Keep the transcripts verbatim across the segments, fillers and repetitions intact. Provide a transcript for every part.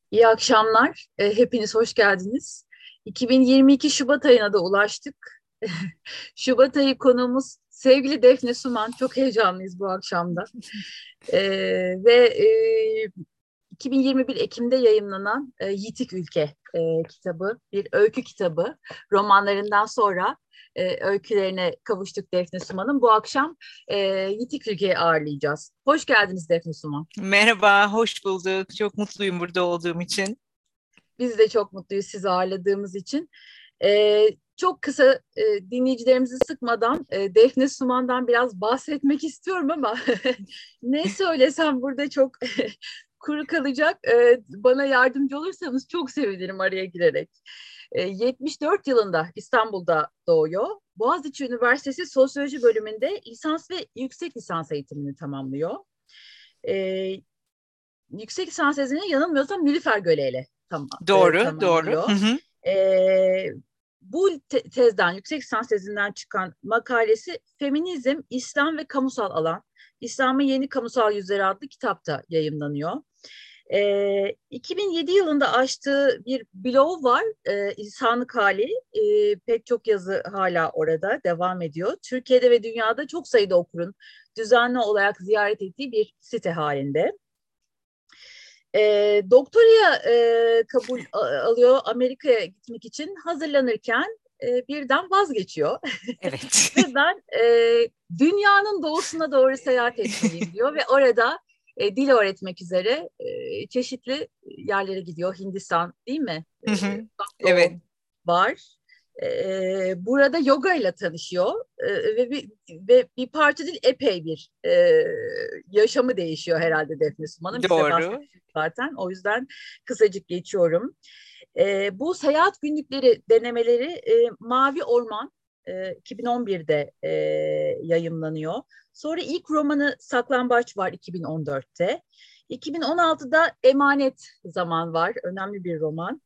İyi akşamlar. E, hepiniz hoş geldiniz. iki bin yirmi iki Şubat ayına da ulaştık. Şubat ayı konuğumuz sevgili Defne Suman. Çok heyecanlıyız bu akşamda. E, ve e, iki bin yirmi bir Ekim'de yayımlanan e, Yitik Ülke e, kitabı, bir öykü kitabı. Romanlarından sonra e, öykülerine kavuştuk Defne Suman'ın. Bu akşam e, Yitik Ülke'yi ağırlayacağız. Hoş geldiniz Defne Suman. Merhaba, hoş bulduk. Çok mutluyum burada olduğum için. Biz de çok mutluyuz sizi ağırladığımız için. Ee, çok kısa e, dinleyicilerimizi sıkmadan e, Defne Suman'dan biraz bahsetmek istiyorum ama ne söylesem burada çok kuru kalacak. Ee, bana yardımcı olursanız çok sevinirim araya girerek. Ee, yetmiş dört yılında İstanbul'da doğuyor. Boğaziçi Üniversitesi Sosyoloji bölümünde lisans ve yüksek lisans eğitimini tamamlıyor. Ee, Yüksek lisans tezini yanılmıyorsam Nilüfer Göle'yle tam, e, Doğru, doğru. tamamlıyor. Hı hı. E, Bu te- tezden, yüksek lisans tezinden çıkan makalesi Feminizm, İslam ve Kamusal Alan, İslam'ın Yeni Kamusal Yüzleri adlı kitapta yayımlanıyor. E, iki bin yedi yılında açtığı bir blog var, e, İnsanlık Hali. E, pek çok yazı hala orada devam ediyor. Türkiye'de ve dünyada çok sayıda okurun düzenli olarak ziyaret ettiği bir site halinde. E, doktoraya e, kabul a- alıyor Amerika'ya gitmek için hazırlanırken e, birden vazgeçiyor. Evet. Ve ben e, dünyanın doğusuna doğru seyahat etmeliyim diyor ve orada e, dil öğretmek üzere e, çeşitli yerlere gidiyor. Hindistan değil mi? E, Hı hı. Uzak Evet. Doğu var. E, burada yoga ile tanışıyor e, ve bir ve bir parça değil epey bir e, yaşamı değişiyor herhalde Defne Suman'ın. Bize Doğru. bahsetmiş zaten. O yüzden kısacık geçiyorum. E, bu seyahat günlükleri denemeleri e, Mavi Orman e, iki bin on birde e, yayımlanıyor. Sonra ilk romanı Saklambaç var iki bin on dörtte. iki bin on altıda Emanet Zaman var. Önemli bir roman.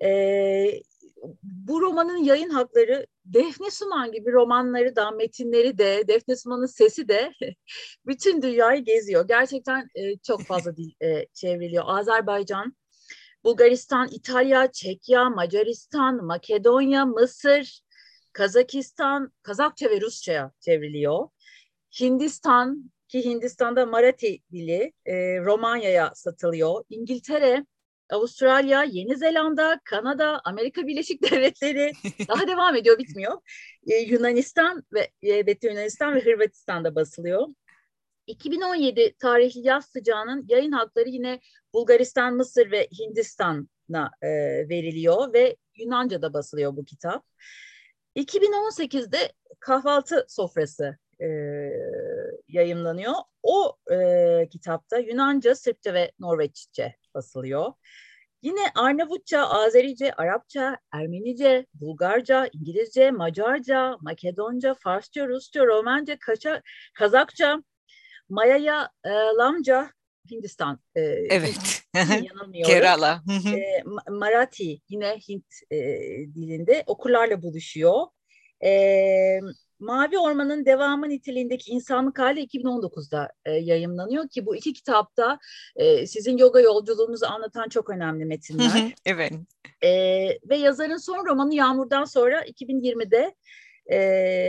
E, Bu romanın yayın hakları Defne Suman gibi romanları da, metinleri de, Defne Suman'ın sesi de bütün dünyayı geziyor. Gerçekten e, çok fazla dil e, çevriliyor. Azerbaycan, Bulgaristan, İtalya, Çekya, Macaristan, Makedonya, Mısır, Kazakistan, Kazakça ve Rusça'ya çevriliyor. Hindistan, ki Hindistan'da Marathi dili, e, Romanya'ya satılıyor. İngiltere, Avustralya, Yeni Zelanda, Kanada, Amerika Birleşik Devletleri, daha devam ediyor, bitmiyor. E, Yunanistan ve evet, Yunanistan ve Hırvatistan'da basılıyor. iki bin on yedi tarihli Yaz Sıcağı'nın yayın hakları yine Bulgaristan, Mısır ve Hindistan'a e, veriliyor ve Yunanca'da basılıyor bu kitap. iki bin on sekizde Kahvaltı Sofrası e, yayımlanıyor. O e, kitapta Yunanca, Sırpça ve Norveççe basılıyor. Yine Arnavutça, Azerice, Arapça, Ermenice, Bulgarca, İngilizce, Macarca, Makedonca, Farsça, Rusça, Romence, Kaça, Kazakça, Maya'ya e, Lamca, Hindistan, e, Hint Evet. Hı değil mi? hı. Yanılmıyorum. Kerala. Hı hı. E, Marathi yine Hint e, dilinde okurlarla buluşuyor. E, Mavi Orman'ın devamı niteliğindeki İnsanlık Hali iki bin on dokuzda e, yayımlanıyor ki bu iki kitapta e, sizin yoga yolculuğunuzu anlatan çok önemli Hı hı. metinler. Evet. E, Ve yazarın son romanı Yağmur'dan sonra iki bin yirmide e,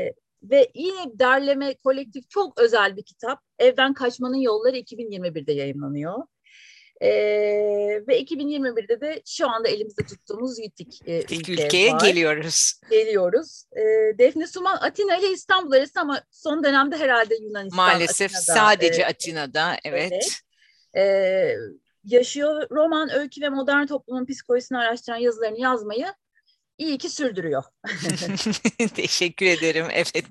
ve yine derleme kolektif çok özel bir kitap. Evden Kaçmanın Yolları iki bin yirmi birde yayınlanıyor. E, Ve iki bin yirmi birde de şu anda elimizde tuttuğumuz Yitik e, İlk ülke ülkeye var. geliyoruz. Geliyoruz. E, Defne Suman Atina ile İstanbul arası ama son dönemde herhalde Yunanistan, Maalesef Atina'da sadece e, Atina'da. evet. Evet. E, Yaşıyor. Roman, öykü ve modern toplumun psikolojisini araştıran yazılarını yazmayı iyi ki sürdürüyor. Teşekkür ederim. Evet.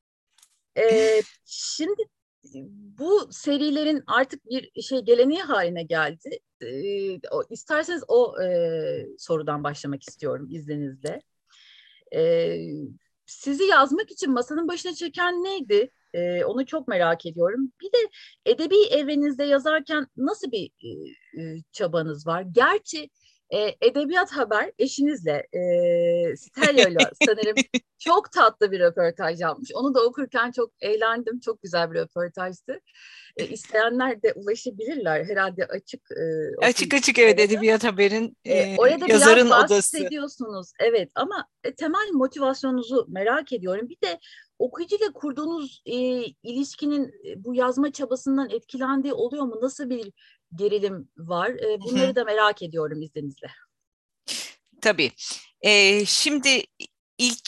Ee, şimdi bu serilerin artık bir şey geleneği haline geldi. Ee, o, isterseniz o e, sorudan başlamak istiyorum izninizle. Ee, Sizi yazmak için masanın başına çeken neydi? Ee, onu çok merak ediyorum. Bir de edebi evrenizde yazarken nasıl bir e, e, çabanız var? Gerçi E, Edebiyat Haber eşinizle, e, Stelio'yla sanırım çok tatlı bir röportaj yapmış. Onu da okurken çok eğlendim. Çok güzel bir röportajdı. E, isteyenler de ulaşabilirler. Herhalde açık e, Açık okuyucu açık, evet, arada. Edebiyat Haber'in E, e, orada biraz yazarın odası. bahsediyorsunuz. Evet ama e, temel motivasyonunuzu merak ediyorum. Bir de okuyucuyla kurduğunuz e, ilişkinin e, bu yazma çabasından etkilendiği oluyor mu? Nasıl bir gerilim var? E, bunları da merak ediyorum izninizle. Tabii. E, şimdi ilk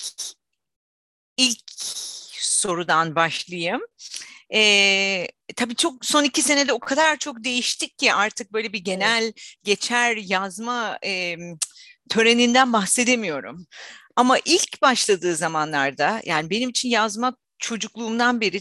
ilk sorudan başlayayım. Ee, tabii çok son iki senede o kadar çok değiştik ki artık böyle bir Evet. genel geçer yazma e, töreninden bahsedemiyorum. Ama ilk başladığı zamanlarda, yani benim için yazmak çocukluğumdan beri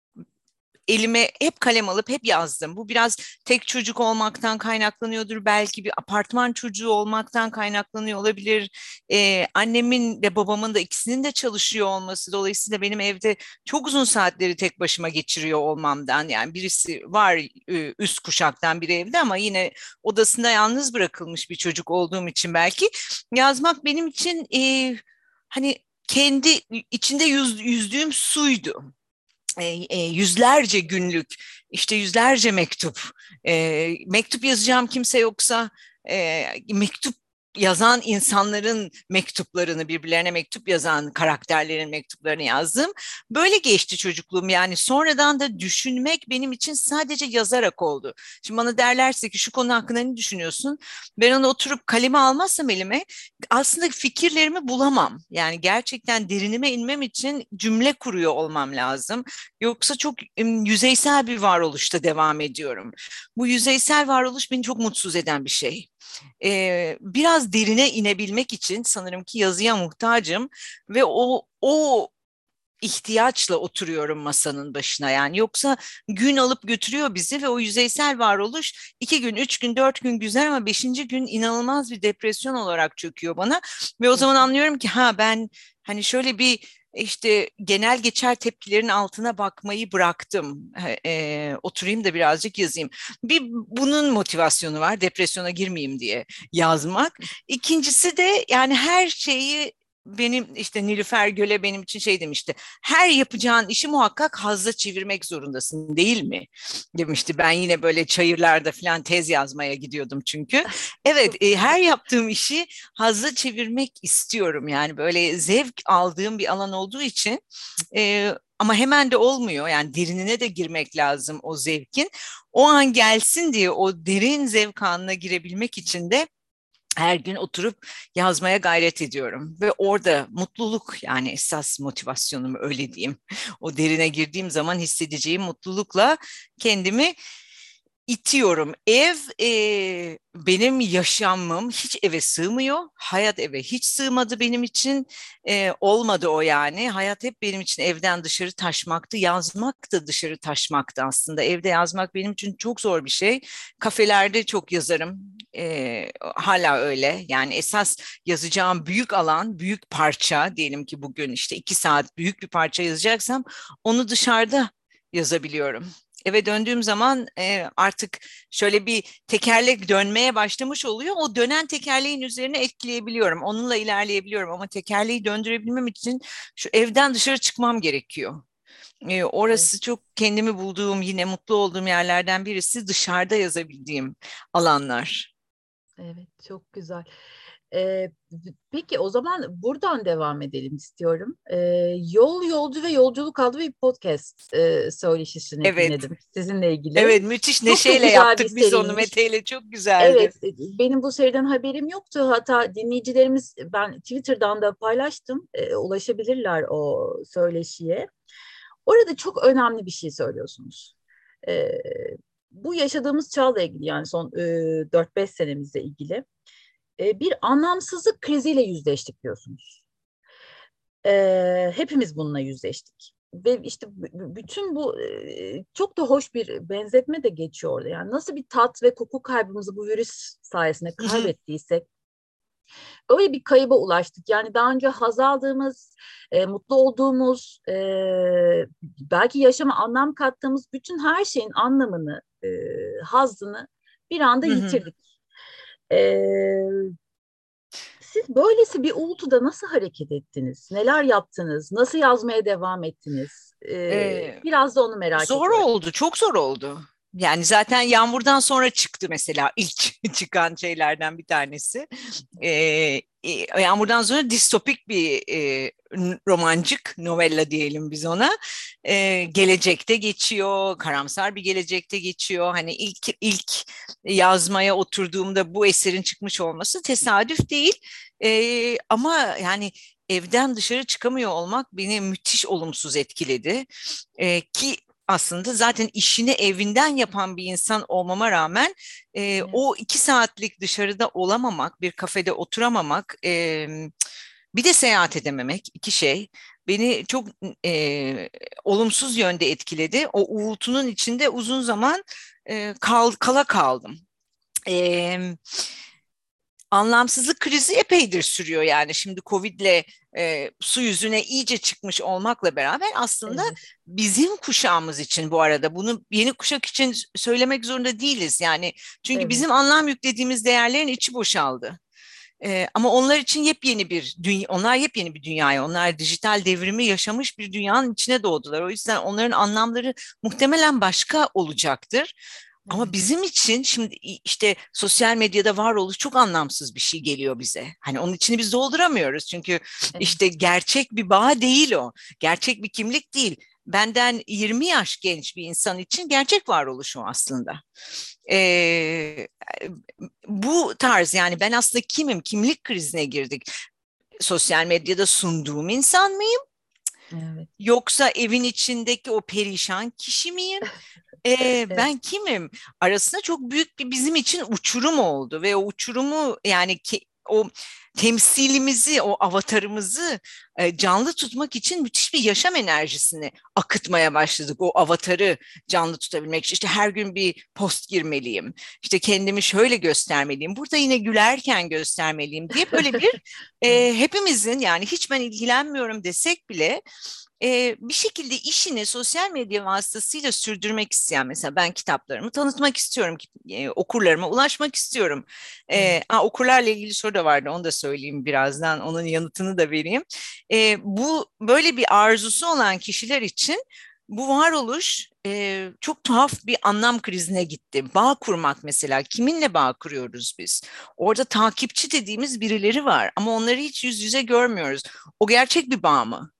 elime hep kalem alıp hep yazdım. Bu biraz tek çocuk olmaktan kaynaklanıyordur. Belki bir apartman çocuğu olmaktan kaynaklanıyor olabilir. Ee, annemin ve babamın da ikisinin de çalışıyor olması. Dolayısıyla benim evde çok uzun saatleri tek başıma geçiriyor olmamdan. Yani birisi var e, üst kuşaktan biri evde ama yine odasında yalnız bırakılmış bir çocuk olduğum için belki yazmak benim için e, hani kendi içinde yüz, yüzdüğüm suydu. E, e, yüzlerce günlük, işte yüzlerce mektup, e, mektup yazacağım kimse yoksa e, mektup yazan insanların mektuplarını, birbirlerine mektup yazan karakterlerin mektuplarını yazdım. Böyle geçti çocukluğum, yani sonradan da düşünmek benim için sadece yazarak oldu. Şimdi bana derlerse ki şu konu hakkında ne düşünüyorsun? Ben onu oturup kaleme almazsam elime aslında fikirlerimi bulamam. Yani gerçekten derinime inmem için cümle kuruyor olmam lazım. Yoksa çok em, yüzeysel bir varoluşta devam ediyorum. Bu yüzeysel varoluş beni çok mutsuz eden bir şey. Ee, biraz derine inebilmek için sanırım ki yazıya muhtacım ve o o ihtiyaçla oturuyorum masanın başına, yani yoksa gün alıp götürüyor bizi ve o yüzeysel varoluş iki gün, üç gün, dört gün güzel ama beşinci gün inanılmaz bir depresyon olarak çöküyor bana ve o Hı zaman hı. anlıyorum ki ha ben hani şöyle bir işte genel geçer tepkilerin altına bakmayı bıraktım. E, oturayım da birazcık yazayım. Bir bunun motivasyonu var, depresyona girmeyeyim diye yazmak. İkincisi de yani her şeyi, benim işte Nilüfer Göle benim için şey demişti. Her yapacağın işi muhakkak hazla çevirmek zorundasın, değil mi? Demişti. Ben yine böyle çayırlarda falan tez yazmaya gidiyordum çünkü. Evet, Çok e, güzel. her yaptığım işi hazla çevirmek istiyorum. Yani böyle zevk aldığım bir alan olduğu için e, ama hemen de olmuyor. Yani derinine de girmek lazım o zevkin. O an gelsin diye o derin zevk anına girebilmek için de her gün oturup yazmaya gayret ediyorum ve orada mutluluk, yani esas motivasyonum öyle diyeyim. O derine girdiğim zaman hissedeceğim mutlulukla kendimi itiyorum. Ev e, benim yaşamım hiç eve sığmıyor. Hayat eve hiç sığmadı benim için. E, olmadı o yani. Hayat hep benim için evden dışarı taşmaktı. Yazmak da dışarı taşmaktı aslında. Evde yazmak benim için çok zor bir şey. Kafelerde çok yazarım. E, hala öyle. Yani esas yazacağım büyük alan, büyük parça, diyelim ki bugün işte iki saat büyük bir parça yazacaksam onu dışarıda yazabiliyorum. Eve döndüğüm zaman e, artık şöyle bir tekerlek dönmeye başlamış oluyor. O dönen tekerleğin üzerine etkileyebiliyorum. Onunla ilerleyebiliyorum ama tekerleği döndürebilmem için şu evden dışarı çıkmam gerekiyor. E, Evet. orası çok kendimi bulduğum, yine mutlu olduğum yerlerden birisi, dışarıda yazabildiğim alanlar. Evet, çok güzel. Ee, peki o zaman buradan devam edelim istiyorum. Ee, Yol, Yolcu ve Yolculuk adlı bir podcast e, söyleşisini Evet, dinledim sizinle ilgili. evet, müthiş Çok da neşeyle güzel bir yaptık biz onu seriymiş. Mete ile, çok güzeldi. Evet, e, benim bu seriden haberim yoktu. Hatta dinleyicilerimiz, ben Twitter'dan da paylaştım. E, ulaşabilirler o söyleşiye. Orada çok önemli bir şey söylüyorsunuz. E, Bu yaşadığımız çağla ilgili, yani son e, dört beş senemizle ilgili e, bir anlamsızlık kriziyle yüzleştik diyorsunuz. E, hepimiz bununla yüzleştik. Ve işte b- bütün bu e, çok da hoş bir benzetme de geçiyor orada. Yani nasıl bir tat ve koku kaybımızı bu virüs sayesinde kaybettiysek öyle bir kayıba ulaştık. Yani daha önce haz aldığımız, e, mutlu olduğumuz, e, belki yaşama anlam kattığımız bütün her şeyin anlamını, e, hazzını bir anda yitirdik. Ee, Siz böylesi bir uğultuda nasıl hareket ettiniz? Neler yaptınız? Nasıl yazmaya devam ettiniz? Ee, Ee, biraz da onu merak Zor ediyorum. oldu, çok zor oldu. Yani zaten Yağmur'dan sonra çıktı mesela ilk çıkan şeylerden bir tanesi. Ee, e, Yağmur'dan sonra distopik bir e, romancık, novella diyelim biz ona. Ee, gelecekte geçiyor, karamsar bir gelecekte geçiyor. Hani ilk ilk yazmaya oturduğumda bu eserin çıkmış olması tesadüf değil. Ee, ama yani evden dışarı çıkamıyor olmak beni müthiş olumsuz etkiledi. Ee, ki aslında zaten işini evinden yapan bir insan olmama rağmen e, Evet. o iki saatlik dışarıda olamamak, bir kafede oturamamak, e, bir de seyahat edememek, iki şey beni çok e, olumsuz yönde etkiledi. O uğultunun içinde uzun zaman e, kal, kala kaldım. E, Anlamsızlık krizi epeydir sürüyor yani şimdi Covid'le e, su yüzüne iyice çıkmış olmakla beraber aslında Evet. bizim kuşağımız için bu arada bunu yeni kuşak için söylemek zorunda değiliz yani çünkü Evet. bizim anlam yüklediğimiz değerlerin içi boşaldı. E, ama onlar için yepyeni bir dünya, onlar yepyeni bir dünyaya, onlar dijital devrimi yaşamış bir dünyanın içine doğdular. O yüzden onların anlamları muhtemelen başka olacaktır. Ama Evet. bizim için şimdi işte sosyal medyada varoluş çok anlamsız bir şey geliyor bize. Hani onun içini biz dolduramıyoruz. Çünkü Evet. işte gerçek bir bağ değil o. Gerçek bir kimlik değil. Benden yirmi yaş genç bir insan için gerçek varoluş o aslında. Ee, Bu tarz yani ben aslında kimim? Kimlik krizine girdik. Sosyal medyada sunduğum insan mıyım? Evet. Yoksa evin içindeki o perişan kişi miyim? Ee, Evet. ben kimim? Arasında çok büyük bir bizim için uçurum oldu ve o uçurumu yani ki, o temsilimizi, o avatarımızı e, canlı tutmak için müthiş bir yaşam enerjisini akıtmaya başladık. O avatarı canlı tutabilmek için işte her gün bir post girmeliyim. İşte kendimi şöyle göstermeliyim. Burada yine gülerken göstermeliyim diye böyle bir Evet. e, hepimizin yani hiç ben ilgilenmiyorum desek bile e, bir şekilde işini sosyal medya vasıtasıyla sürdürmek isteyen mesela ben kitaplarımı tanıtmak istiyorum, e, okurlarıma ulaşmak istiyorum. Evet. E, ha, okurlarla ilgili soru da vardı onu da söyleyeyim birazdan onun yanıtını da vereyim. E, bu böyle bir arzusu olan kişiler için bu varoluş e, çok tuhaf bir anlam krizine gitti. Bağ kurmak mesela kiminle bağ kuruyoruz biz? Orada takipçi dediğimiz birileri var ama onları hiç yüz yüze görmüyoruz. O gerçek bir bağ mı?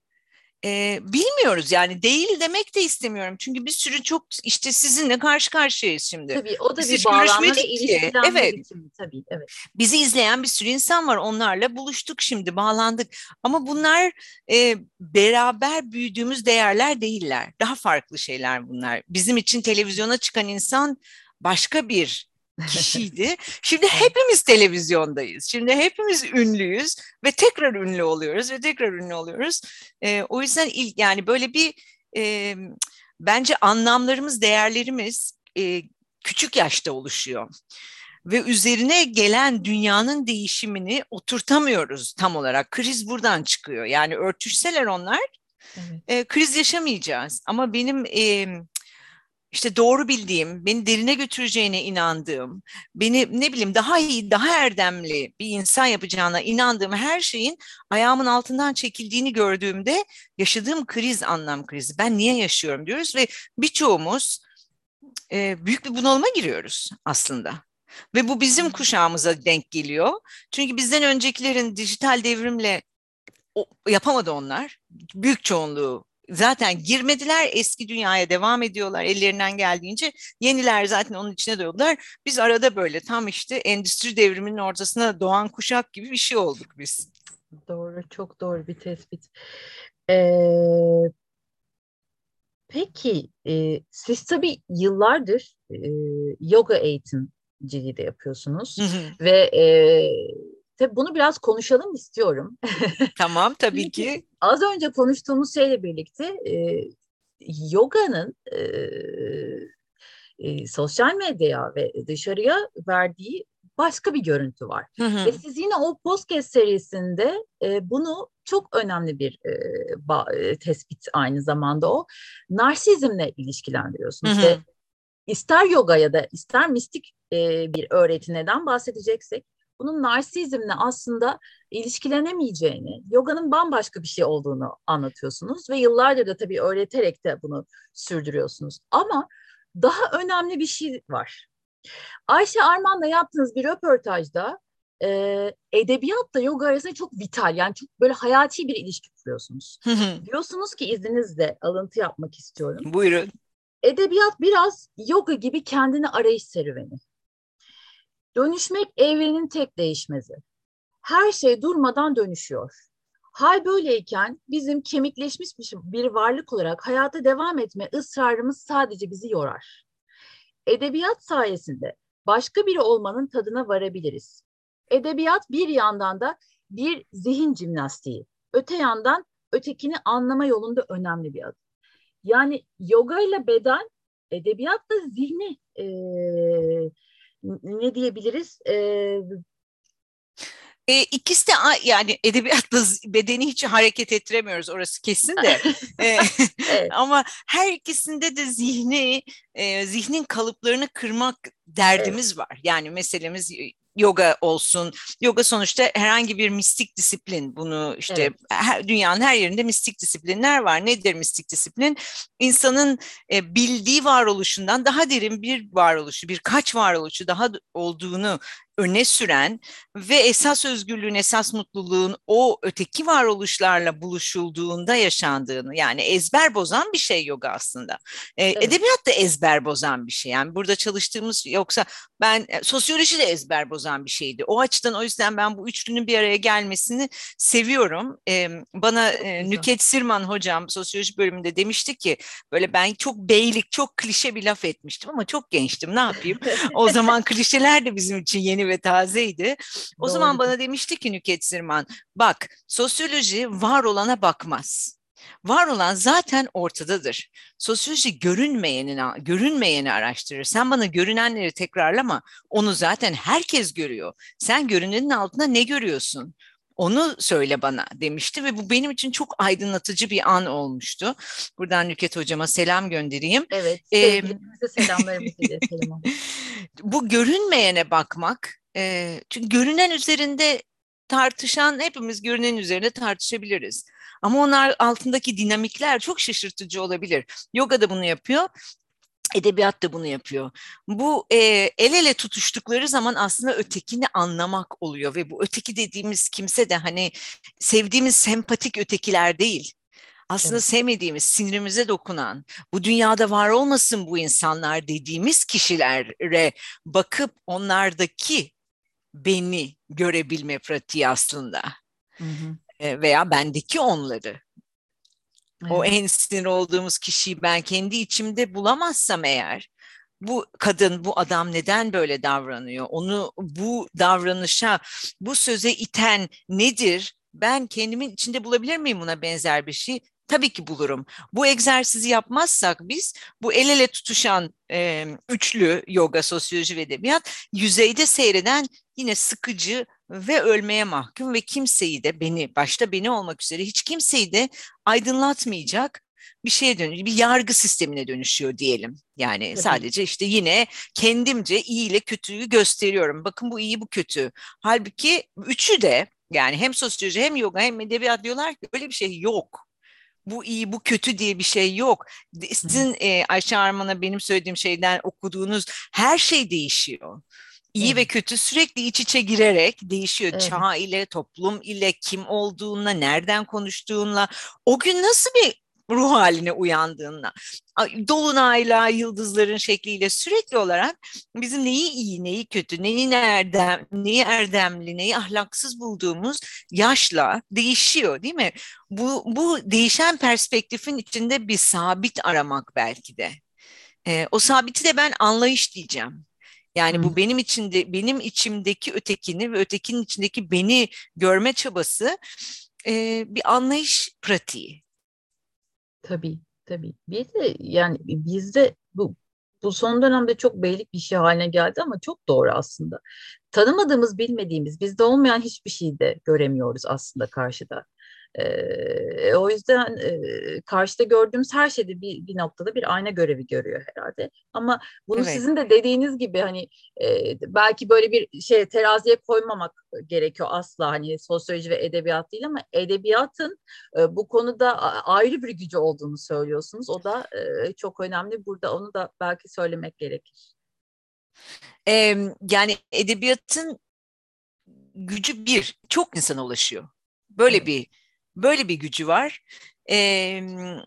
Ee, bilmiyoruz yani değil demek de istemiyorum. Çünkü bir sürü çok işte sizinle karşı karşıyayız şimdi. Tabii o da Biz bir hiç bağlanma ve görüşmedik ki. ilişkilenme Evet, biçimi tabii. Evet. bizi izleyen bir sürü insan var. Onlarla buluştuk şimdi, bağlandık. Ama bunlar e, beraber büyüdüğümüz değerler değiller. Daha farklı şeyler bunlar. Bizim için televizyona çıkan insan başka bir kişiydi. Şimdi Evet. hepimiz televizyondayız. Şimdi hepimiz ünlüyüz ve tekrar ünlü oluyoruz ve tekrar ünlü oluyoruz. E, o yüzden ilk yani böyle bir e, bence anlamlarımız, değerlerimiz e, küçük yaşta oluşuyor ve üzerine gelen dünyanın değişimini oturtamıyoruz tam olarak. Kriz buradan çıkıyor. Yani örtüşseler onlar Evet. e, kriz yaşamayacağız. Ama benim e, işte doğru bildiğim, beni derine götüreceğine inandığım, beni ne bileyim daha iyi, daha erdemli bir insan yapacağına inandığım her şeyin ayağımın altından çekildiğini gördüğümde yaşadığım kriz anlam krizi. Ben niye yaşıyorum diyoruz ve birçoğumuz e, büyük bir bunalıma giriyoruz aslında. Ve bu bizim Evet. kuşağımıza denk geliyor. Çünkü bizden öncekilerin dijital devrimle o, yapamadı onlar. Büyük çoğunluğu zaten girmediler, eski dünyaya devam ediyorlar ellerinden geldiğince. Yeniler zaten onun içine doğdular. Biz arada böyle tam işte endüstri devriminin ortasına doğan kuşak gibi bir şey olduk biz. Doğru, çok doğru bir tespit. Ee, peki, e, siz tabii yıllardır e, yoga eğitimciliği de yapıyorsunuz Hı hı. ve e, tabii bunu biraz konuşalım istiyorum. Tamam tabii Çünkü ki. az önce konuştuğumuz şeyle birlikte e, yoganın e, e, sosyal medyaya ve dışarıya verdiği başka bir görüntü var. Hı Ve hı. siz yine o podcast serisinde e, bunu çok önemli bir e, ba- e, tespit aynı zamanda o. Narsizmle Hı ilişkilendiriyorsunuz ve hı. ister yoga ya da ister mistik e, bir öğretineden bahsedeceksek, bunun narsizmle aslında ilişkilenemeyeceğini, yoganın bambaşka bir şey olduğunu anlatıyorsunuz ve yıllardır da tabii öğreterek de bunu sürdürüyorsunuz. Ama daha önemli bir şey var. Ayşe Arman'la yaptığınız bir röportajda e, edebiyatla yoga arasında çok vital, yani çok böyle hayati bir ilişki kuruyorsunuz. Diyorsunuz ki, izninizle alıntı yapmak istiyorum. Buyurun. Edebiyat biraz yoga gibi kendini arayış serüveni. Dönüşmek evrenin tek değişmezi. Her şey durmadan dönüşüyor. Hal böyleyken bizim kemikleşmiş bir varlık olarak hayata devam etme ısrarımız sadece bizi yorar. Edebiyat sayesinde başka biri olmanın tadına varabiliriz. Edebiyat bir yandan da bir zihin jimnastiği, öte yandan ötekini anlama yolunda önemli bir adım. Yani yoga ile beden, edebiyatla zihni e, ne diyebiliriz? E, E, ikisi de yani edebiyatla bedeni hiç hareket ettiremiyoruz, orası kesin de. E, evet. Ama her ikisinde de zihni, e, zihnin kalıplarını kırmak Evet. derdimiz var. Yani meselemiz yoga olsun. Yoga sonuçta herhangi bir mistik disiplin. Bunu işte Evet. her, dünyanın her yerinde mistik disiplinler var. Nedir mistik disiplin? İnsanın e, bildiği varoluşundan daha derin bir varoluşu, birkaç varoluşu daha olduğunu öne süren ve esas özgürlüğün, esas mutluluğun o öteki varoluşlarla buluşulduğunda yaşandığını, yani ezber bozan bir şey yoga aslında. E, Evet. edebiyat da ezber bozan bir şey. Yani burada çalıştığımız, yoksa ben e, sosyoloji de ezber bozan bir şeydi. O açıdan, o yüzden ben bu üçlünün bir araya gelmesini seviyorum. E, bana e, Nüket Sirman hocam sosyoloji bölümünde demişti ki, böyle ben çok beylik, çok klişe bir laf etmiştim ama çok gençtim, ne yapayım? O zaman klişeler de bizim için yeni ve tazeydi. O zaman Doğrudur. bana demişti ki Nüket Sirman, bak sosyoloji var olana bakmaz. Var olan zaten ortadadır. Sosyoloji görünmeyeni, görünmeyeni araştırır. Sen bana görünenleri tekrarlama. Onu zaten herkes görüyor. Sen görünenin altında ne görüyorsun? Onu söyle bana demişti ve bu benim için çok aydınlatıcı bir an olmuştu. Buradan Nüket hocama selam göndereyim. Evet, Ee, sevgilimize selamlarımızı iletelim ona. Bu görünmeyene bakmak, e, çünkü görünen üzerinde tartışan, hepimiz görünen üzerinde tartışabiliriz. Ama onlar altındaki dinamikler çok şaşırtıcı olabilir. Yoga da bunu yapıyor, edebiyat da bunu yapıyor. Bu e, el ele tutuştukları zaman aslında ötekini anlamak oluyor ve bu öteki dediğimiz kimse de hani sevdiğimiz sempatik ötekiler değil. Aslında Evet. sevmediğimiz, sinirimize dokunan, bu dünyada var olmasın bu insanlar dediğimiz kişilere bakıp onlardaki beni görebilme pratiği aslında. Hı hı. E, veya bendeki onları. O Evet. en sinir olduğumuz kişiyi ben kendi içimde bulamazsam eğer, bu kadın, bu adam neden böyle davranıyor? Onu bu davranışa, bu söze iten nedir? Ben kendimin içinde bulabilir miyim buna benzer bir şey? Tabii ki bulurum. Bu egzersizi yapmazsak biz, bu el ele tutuşan e, üçlü yoga, sosyoloji ve edebiyat, yüzeyde seyreden yine sıkıcı ve ölmeye mahkum ve kimseyi de, beni başta beni olmak üzere hiç kimseyi de aydınlatmayacak bir şeye dönüyor, bir yargı sistemine dönüşüyor diyelim. Yani Tabii. sadece işte yine kendimce iyi ile kötüyü gösteriyorum. Bakın bu iyi, bu kötü. Halbuki üçü de, yani hem sosyoloji hem yoga hem edebiyat diyorlar ki öyle bir şey yok. Bu iyi, bu kötü diye bir şey yok. Hı. Sizin e, Ayşe Arman'a benim söylediğim şeyden okuduğunuz her şey değişiyor. İyi ve Evet. kötü sürekli iç içe girerek değişiyor. Evet. Çağ ile, toplum ile, kim olduğunla, nereden konuştuğunla, o gün nasıl bir ruh haline uyandığınla, dolunayla, yıldızların şekliyle sürekli olarak bizim neyi iyi, neyi kötü, neyi erdem, neyi erdemli, neyi ahlaksız bulduğumuz yaşla değişiyor, değil mi? Bu, bu değişen perspektifin içinde bir sabit aramak belki de. E, o sabiti de ben anlayış diyeceğim. Yani Hı. bu benim içinde, benim içimdeki ötekini ve ötekinin içindeki beni görme çabası, e, bir anlayış pratiği. Tabii. Tabii. Bir de yani bizde bu bu son dönemde çok beylik bir şey haline geldi ama çok doğru aslında. Tanımadığımız, bilmediğimiz, bizde olmayan hiçbir şeyi de göremiyoruz aslında karşıda. E, o yüzden e, karşıda gördüğümüz her şeyde bir, bir noktada bir ayna görevi görüyor herhalde. Ama bunu Evet. sizin de dediğiniz gibi hani e, belki böyle bir şey teraziye koymamak gerekiyor asla, hani sosyoloji ve edebiyat değil, ama edebiyatın e, bu konuda ayrı bir gücü olduğunu söylüyorsunuz. O da e, çok önemli. Burada onu da belki söylemek gerekir. Ee, Yani edebiyatın gücü bir, çok insana ulaşıyor. Böyle Evet, bir böyle bir gücü var. Ee,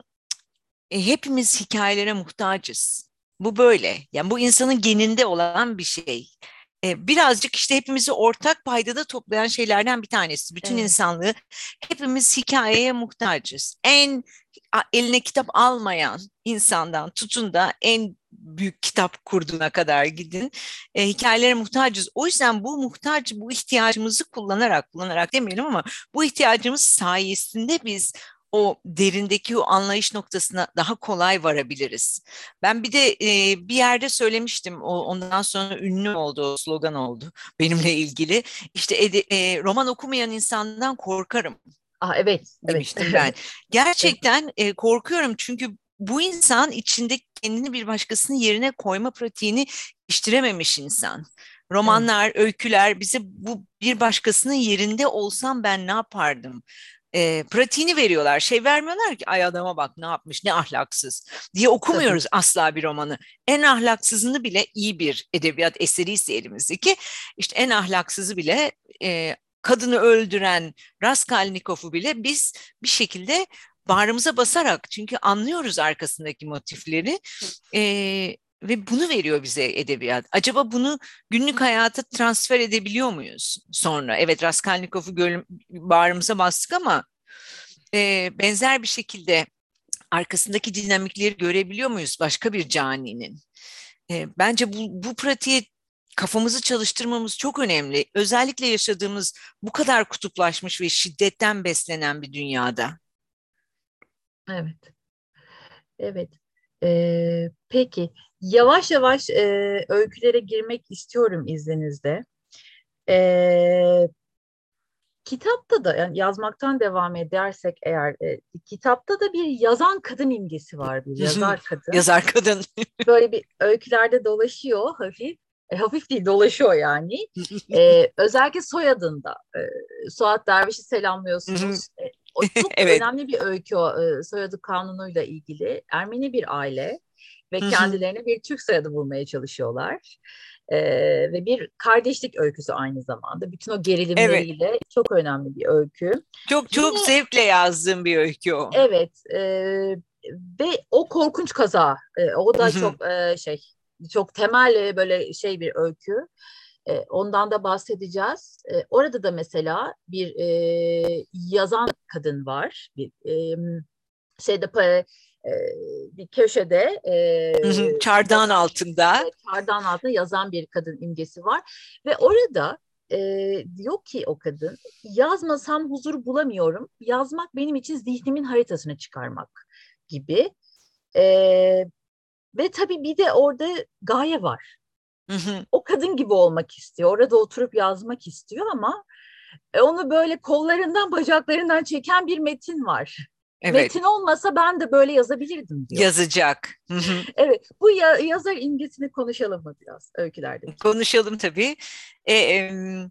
e, Hepimiz hikayelere muhtacız. Bu böyle. Yani bu insanın geninde olan bir şey. E, birazcık işte hepimizi ortak paydada toplayan şeylerden bir tanesi. Bütün evet, insanlığı hepimiz hikayeye muhtacız. En a- eline kitap almayan insandan tutun da en büyük kitap kurduğuna kadar gidin. E, hikayelere muhtacız. O yüzden bu muhtaç, bu ihtiyacımızı kullanarak, kullanarak demeyelim ama bu ihtiyacımız sayesinde biz o derindeki o anlayış noktasına daha kolay varabiliriz. Ben bir de e, bir yerde söylemiştim, o ondan sonra ünlü oldu, o slogan oldu benimle ilgili. İşte ede- e, roman okumayan insandan korkarım ah, evet, evet. demiştim ben. Evet, Gerçekten e, korkuyorum çünkü bu insan içinde kendini bir başkasının yerine koyma pratiğini geliştirememiş insan. evet, Romanlar, öyküler bize bu bir başkasının yerinde olsam ben ne yapardım? E, pratiğini veriyorlar. Şey vermiyorlar ki ay adama bak ne yapmış, ne ahlaksız diye tabii. okumuyoruz asla bir romanı. En ahlaksızını bile iyi bir edebiyat eseri ise elimizdeki işte en ahlaksızı bile e, kadını öldüren Raskolnikov'u bile biz bir şekilde bağrımıza basarak çünkü anlıyoruz arkasındaki motifleri e, ve bunu veriyor bize edebiyat. Acaba bunu günlük hayata transfer edebiliyor muyuz sonra? Evet Raskolnikov'u gör, bağrımıza bastık ama e, benzer bir şekilde arkasındaki dinamikleri görebiliyor muyuz başka bir caninin? E, bence bu, bu pratiğe kafamızı çalıştırmamız çok önemli. Özellikle yaşadığımız bu kadar kutuplaşmış ve şiddetten beslenen bir dünyada. Evet. Evet. Ee, peki yavaş yavaş e, öykülere girmek istiyorum izninizle. Ee, Kitapta da, yani yazmaktan devam edersek eğer, e, kitapta da bir yazan kadın imgesi var, bir yazar kadın. Yazar kadın. Böyle bir öykülerde dolaşıyor hafif. E, hafif değil, dolaşıyor yani. E, özellikle soyadında. E, Suat Derviş'i selamlıyorsunuz. E, o çok Evet. önemli bir öykü o, e, soyadı kanunuyla ilgili. Ermeni bir aile ve kendilerine bir Türk soyadı bulmaya çalışıyorlar. E, Ve bir kardeşlik öyküsü aynı zamanda. Bütün o Evet. gerilimleriyle çok önemli bir öykü. Çok çok Yine zevkle yazdığım bir öykü o. evet, e, ve o korkunç kaza, e, o da çok e, şey, çok temel, e, böyle şey bir öykü. E, ondan da bahsedeceğiz. E, orada da mesela bir e, yazan kadın var. Bir e, şeyde pa- e, bir köşede e, Çardağın yazan, altında. evet, çardağın altında yazan bir kadın imgesi var. Ve orada e, diyor ki o kadın, yazmasam huzur bulamıyorum. Yazmak benim için zihnimin haritasını çıkarmak gibi. E, Ve tabii bir de orada gaye var. O kadın gibi olmak istiyor. Orada oturup yazmak istiyor ama e, onu böyle kollarından bacaklarından çeken bir metin var. Evet. Metin olmasa ben de böyle yazabilirdim diyor. Yazacak. Evet, bu ya, yazar imgesini konuşalım mı biraz öykülerdeki? Konuşalım tabii. E, em,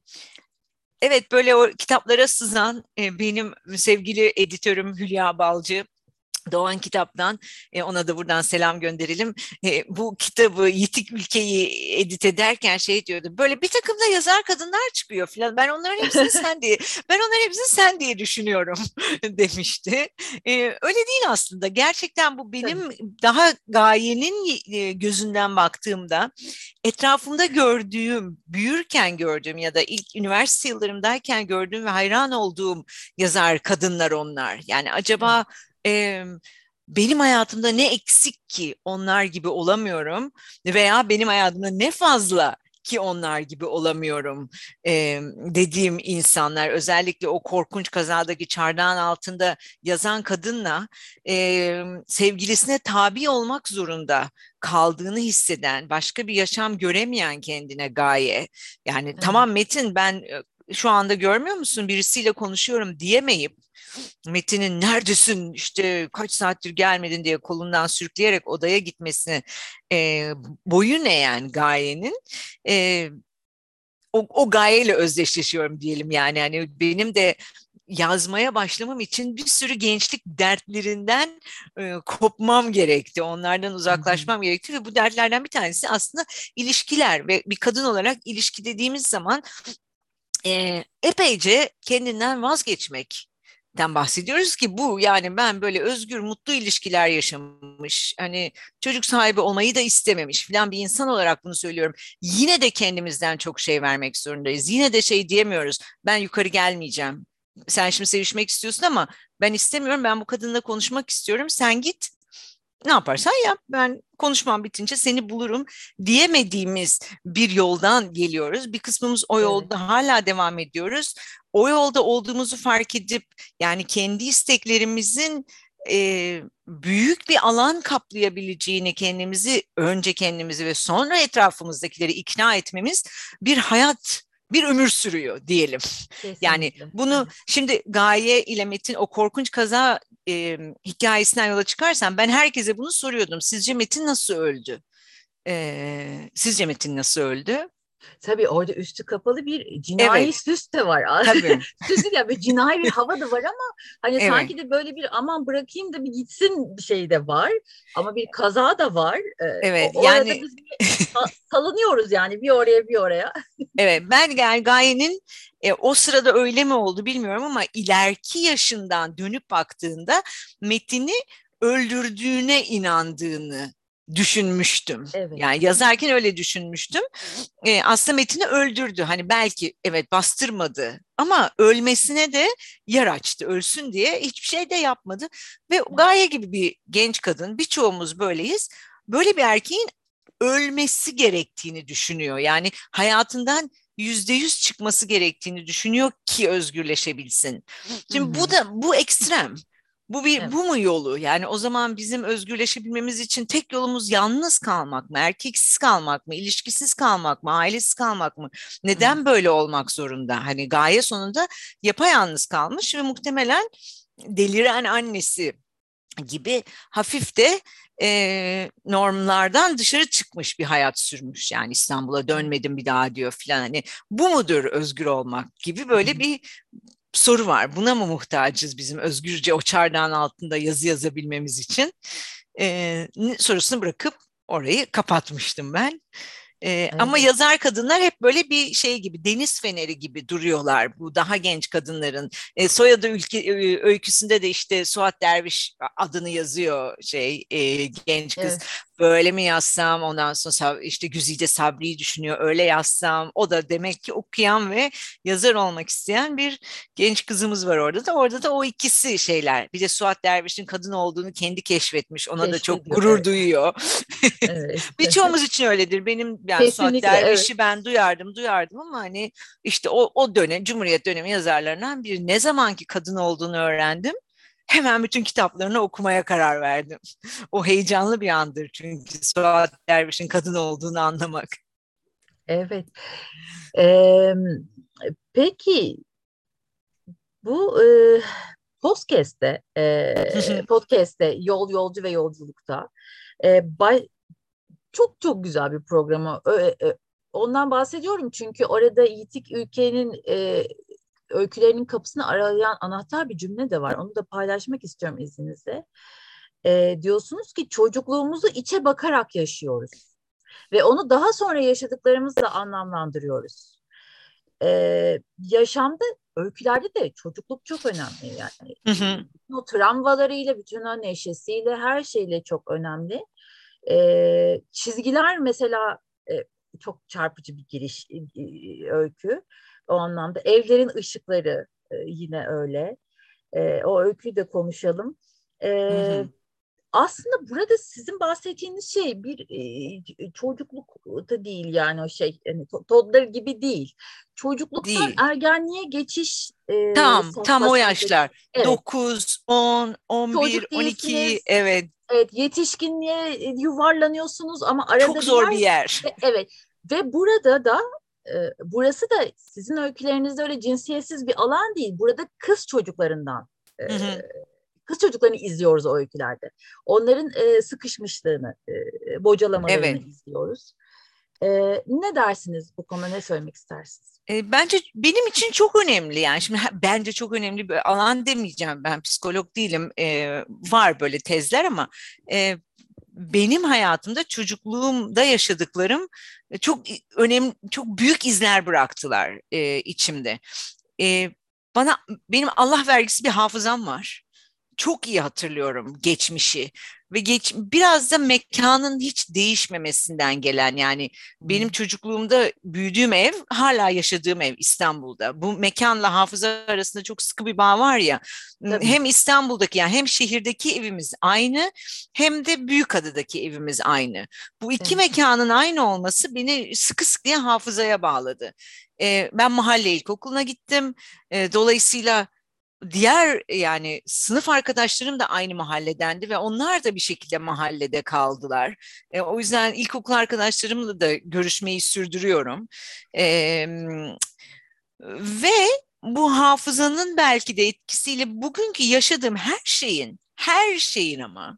evet böyle o kitaplara sızan e, benim sevgili editörüm Hülya Balcı. Doğan Kitap'tan e, ona da buradan selam gönderelim. E, bu kitabı Yitik Ülke'yi edit ederken şey diyordu. Böyle bir takım da yazar kadınlar çıkıyor falan. Ben onların hepsini sen diye ben onların hepsini sen diye düşünüyorum demişti. E, öyle değil aslında. Gerçekten bu Tabii. benim daha gayenin e, gözünden baktığımda etrafımda gördüğüm, büyürken gördüğüm ya da ilk üniversite yıllarımdayken gördüğüm ve hayran olduğum yazar kadınlar onlar. Yani Evet. acaba e, benim hayatımda ne eksik ki onlar gibi olamıyorum veya benim hayatımda ne fazla ki onlar gibi olamıyorum e, dediğim insanlar özellikle o korkunç kazadaki çardağın altında yazan kadınla e, sevgilisine tabi olmak zorunda kaldığını hisseden başka bir yaşam göremeyen kendine gaye yani Evet. tamam Metin ben şu anda görmüyor musun, birisiyle konuşuyorum diyemeyip Metin'in neredesin işte kaç saattir gelmedin diye kolundan sürükleyerek odaya gitmesine e, boyun eğen Gaye'nin e, o, o gayeyle özdeşleşiyorum diyelim yani. Yani benim de yazmaya başlamam için bir sürü gençlik dertlerinden e, kopmam gerekti. Onlardan Hı hı. uzaklaşmam gerekti ve bu dertlerden bir tanesi aslında ilişkiler ve bir kadın olarak ilişki dediğimiz zaman e, epeyce kendinden vazgeçmek bahsediyoruz ki bu, yani ben böyle özgür mutlu ilişkiler yaşamış, hani çocuk sahibi olmayı da istememiş falan bir insan olarak bunu söylüyorum. Yine de kendimizden çok şey vermek zorundayız. Yine de şey diyemiyoruz, ben yukarı gelmeyeceğim. Sen şimdi sevişmek istiyorsun ama ben istemiyorum, ben bu kadınla konuşmak istiyorum, sen git ne yaparsan yap, ben konuşmam bitince seni bulurum diyemediğimiz bir yoldan geliyoruz. Bir kısmımız o Evet. yolda hala devam ediyoruz. O yolda olduğumuzu fark edip yani kendi isteklerimizin e, büyük bir alan kaplayabileceğini, kendimizi, önce kendimizi ve sonra etrafımızdakileri ikna etmemiz bir hayat, bir ömür sürüyor diyelim. Yani Kesinlikle. bunu Evet. şimdi Gaye ile Metin o korkunç kaza e, hikayesinden yola çıkarsam ben herkese bunu soruyordum. Sizce Metin nasıl öldü? E, sizce Metin nasıl öldü? Tabii orada üstü kapalı bir cinayi Evet, süs de var. tabii. Süs değil ya, bir cinayi bir hava da var ama hani Evet, sanki de böyle bir aman bırakayım da bir gitsin bir şey de var. Ama bir kaza da var. Ee, evet. o, orada Yani biz bir sa- salınıyoruz yani bir oraya bir oraya. evet, ben yani Gaye'nin e, o sırada öyle mi oldu bilmiyorum ama ileriki yaşından dönüp baktığında Metin'i öldürdüğüne inandığını düşünmüştüm. Evet. Yani yazarken öyle düşünmüştüm. E, aslında Metin'i öldürdü. Hani belki evet bastırmadı ama ölmesine de yer açtı. Ölsün diye hiçbir şey de yapmadı. Ve Gaye gibi bir genç kadın, birçoğumuz böyleyiz. Böyle bir erkeğin ölmesi gerektiğini düşünüyor. Yani hayatından yüzde yüz çıkması gerektiğini düşünüyor ki özgürleşebilsin. Hı Şimdi bu hı. da bu ekstrem. Bu bir Evet. bu mu yolu? Yani o zaman bizim özgürleşebilmemiz için tek yolumuz yalnız kalmak mı, erkeksiz kalmak mı, ilişkisiz kalmak mı, ailesiz kalmak mı? Hı hı. Neden böyle olmak zorunda? Hani Gaye sonunda yapayalnız kalmış ve muhtemelen deliren annesi gibi hafif de e, normlardan dışarı çıkmış bir hayat sürmüş. Yani İstanbul'a Evet. dönmedim bir daha diyor filan. Hani bu mudur özgür olmak gibi Hı böyle hı. bir soru var. Buna mı muhtacız bizim özgürce o çardağın altında yazı yazabilmemiz için? E, sorusunu bırakıp orayı kapatmıştım ben. Ee, ama Evet. yazar kadınlar hep böyle bir şey gibi, deniz feneri gibi duruyorlar bu daha genç kadınların. E, soyadı ülke, e, öyküsünde de işte Suat Derviş adını yazıyor şey e, genç kız. Evet. Böyle mi yazsam, ondan sonra işte Güzide Sabri'yi düşünüyor, öyle yazsam. O da demek ki okuyan ve yazar olmak isteyen bir genç kızımız var orada da. Orada da o ikisi şeyler. Bir de Suat Derviş'in kadın olduğunu kendi keşfetmiş. Ona da çok Keşfediyor. gurur Evet. duyuyor. Evet. Birçoğumuz için öyledir. Benim yani Suat Kesinlikle. Evet. Derviş'i ben duyardım, duyardım ama hani işte o, o dönem Cumhuriyet dönemi yazarlarından biri. Ne zamanki kadın olduğunu öğrendim, hemen bütün kitaplarını okumaya karar verdim. O heyecanlı bir andır çünkü Suat Derviş'in kadın olduğunu anlamak. Evet. Ee, peki bu e, podcast'te e, podcast'te Yol Yolcu ve Yolculukta e, bay- çok çok güzel bir programı. Ö- ö- ondan bahsediyorum çünkü orada Yitik Ülke'nin e, öykülerinin kapısını aralayan anahtar bir cümle de var. Onu da paylaşmak istiyorum izninizle. E, diyorsunuz ki çocukluğumuzu içe bakarak yaşıyoruz ve onu daha sonra yaşadıklarımızla anlamlandırıyoruz. Ee, yaşamda, öykülerde de çocukluk çok önemli yani. Bütün o travmalarıyla, bütün o neşesiyle, her şeyle çok önemli. Ee, çizgiler mesela e, çok çarpıcı bir giriş e, e, öykü. O anlamda evlerin ışıkları e, yine öyle. E, o öyküyü de konuşalım. E, aslında burada sizin bahsettiğiniz şey bir e, çocukluk da değil yani o şey yani to- toddler gibi değil. Çocukluktan Değil. ergenliğe geçiş e, Tam, tam o safhasındaki. yaşlar. Evet, dokuz, on, on bir, çocuk on iki, değilsiniz. evet. Evet, yetişkinliğe yuvarlanıyorsunuz ama Çok arada bir zor bir yer. yer. Ve, evet ve burada da e, burası da sizin öykülerinizde öyle cinsiyetsiz bir alan değil. Burada kız çocuklarından, e, Hı hı. kız çocuklarını izliyoruz o öykülerde. Onların e, sıkışmışlığını, e, bocalamalarını Evet. izliyoruz. E, ne dersiniz bu konuda, ne söylemek istersiniz? E, bence benim için çok önemli, yani şimdi ha- bence çok önemli bir alan demeyeceğim, ben psikolog değilim. E, var böyle tezler ama e, benim hayatımda, çocukluğumda yaşadıklarım e, çok önemli, çok büyük izler bıraktılar e, içimde. E, bana benim Allah vergisi bir hafızam var. Çok iyi hatırlıyorum geçmişi ve geç, biraz da mekanın hiç değişmemesinden gelen, yani benim Hmm, çocukluğumda büyüdüğüm ev hala yaşadığım ev İstanbul'da. Bu mekanla hafıza arasında çok sıkı bir bağ var ya. tabii. Hem İstanbul'daki, yani hem şehirdeki evimiz aynı, hem de Büyükada'daki evimiz aynı. Bu iki Evet. mekanın aynı olması beni sıkı sıkıya hafızaya bağladı. Ee, ben mahalle ilkokuluna gittim. Ee, dolayısıyla diğer, yani sınıf arkadaşlarım da aynı mahalledendi ve onlar da bir şekilde mahallede kaldılar. E, o yüzden ilkokul arkadaşlarımla da görüşmeyi sürdürüyorum. E, ve bu hafızanın belki de etkisiyle bugünkü yaşadığım her şeyin, her şeyin ama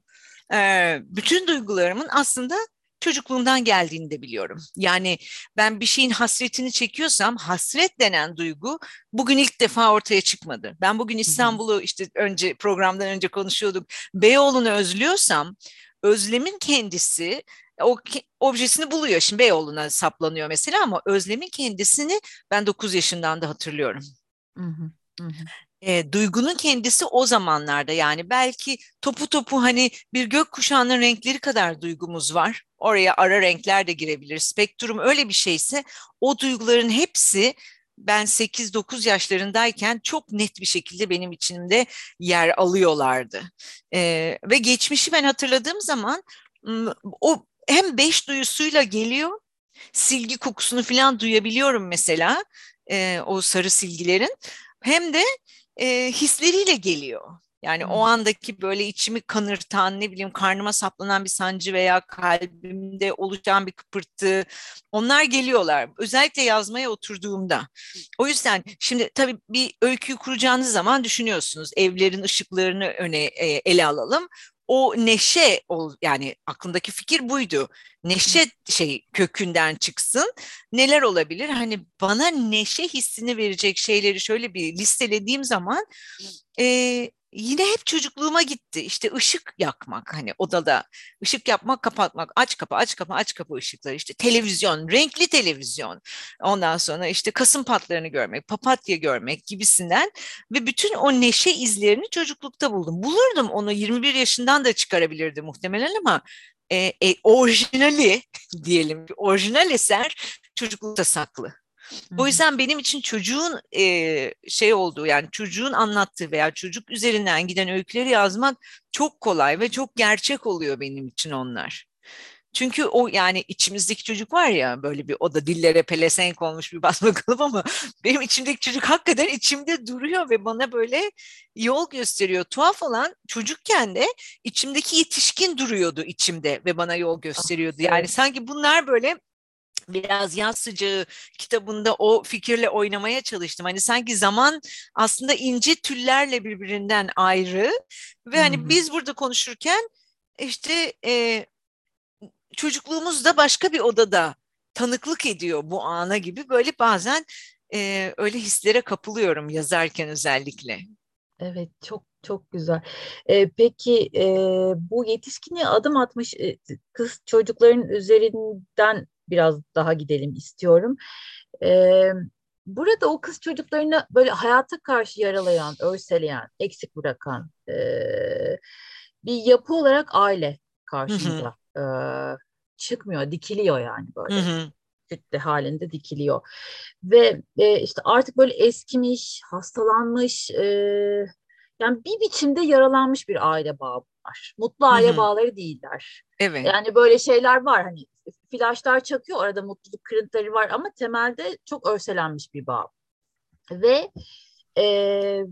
e, bütün duygularımın aslında çocukluğumdan geldiğini de biliyorum. Yani ben bir şeyin hasretini çekiyorsam, hasret denen duygu bugün ilk defa ortaya çıkmadı. Ben bugün Hı hı. İstanbul'u, işte önce programdan önce konuşuyorduk, Beyoğlu'nu özlüyorsam, özlemin kendisi o ke- objesini buluyor. Şimdi Beyoğlu'na saplanıyor mesela, ama özlemin kendisini ben dokuz yaşından da hatırlıyorum. Hı hı. Hı hı. E, duygunun kendisi o zamanlarda, yani belki topu topu hani bir gökkuşağının renkleri kadar duygumuz var. Oraya ara renkler de girebilir. Spektrum öyle bir şeyse, o duyguların hepsi ben sekiz dokuz yaşlarındayken çok net bir şekilde benim içimde yer alıyorlardı. E, ve geçmişi ben hatırladığım zaman m, o hem beş duyusuyla geliyor, silgi kokusunu falan duyabiliyorum mesela, e, o sarı silgilerin, hem de e, hisleriyle geliyor. Yani Hı o andaki böyle içimi kanırtan, ne bileyim, karnıma saplanan bir sancı veya kalbimde oluşan bir kıpırtı, onlar geliyorlar. Özellikle yazmaya oturduğumda. O yüzden şimdi tabii bir öyküyü kuracağınız zaman düşünüyorsunuz, evlerin ışıklarını öne e, ele alalım. O neşe ol, yani aklımdaki fikir buydu. hı. Neşe şey kökünden çıksın. Neler olabilir? Hani bana neşe hissini verecek şeyleri şöyle bir listelediğim zaman e, yine hep çocukluğuma gitti. İşte ışık yakmak, hani odada ışık yapmak, kapatmak, aç kapa aç kapa aç kapa ışıkları, işte televizyon, renkli televizyon. Ondan sonra işte kasım patlarını görmek, papatya görmek gibisinden, ve bütün o neşe izlerini çocuklukta buldum. Bulurdum onu yirmi bir yaşından da çıkarabilirdi muhtemelen, ama e, e, orijinali diyelim, orijinal eser çocuklukta saklı. Hı O hı. yüzden benim için çocuğun e, şey olduğu, yani çocuğun anlattığı veya çocuk üzerinden giden öyküleri yazmak çok kolay ve çok gerçek oluyor benim için onlar. Çünkü o, yani içimizdeki çocuk var ya, böyle bir, o da dillere pelesenk olmuş bir basma kalıp, ama benim içimdeki çocuk hakikaten içimde duruyor ve bana böyle yol gösteriyor. Tuhaf olan, çocukken de içimdeki yetişkin duruyordu içimde ve bana yol Ah, gösteriyordu. Yani evet. sanki bunlar böyle biraz Yaz Sıcağı kitabında o fikirle oynamaya çalıştım. Hani sanki zaman aslında ince tüllerle birbirinden ayrı ve Hı hani hı. biz burada konuşurken işte e, çocukluğumuz da başka bir odada tanıklık ediyor bu ana gibi, böyle bazen e, öyle hislere kapılıyorum yazarken özellikle. Evet, çok çok güzel. Ee, peki e, bu yetişkinliğe adım atmış e, kız çocukların üzerinden biraz daha gidelim istiyorum. Ee, burada o kız çocuklarını böyle hayata karşı yaralayan, örseleyen, eksik bırakan e, bir yapı olarak aile Hı hı, karşımıza e, çıkmıyor, dikiliyor yani hı böyle hı, kütle halinde dikiliyor. Ve e, işte artık böyle eskimiş, hastalanmış, e, yani bir biçimde yaralanmış bir aile bağı var. Mutlu hı aile hı. bağları değiller. Evet. Yani böyle şeyler var, hani flaşlar çakıyor, arada mutluluk kırıntıları var ama temelde çok örselenmiş bir bağ. Ve e,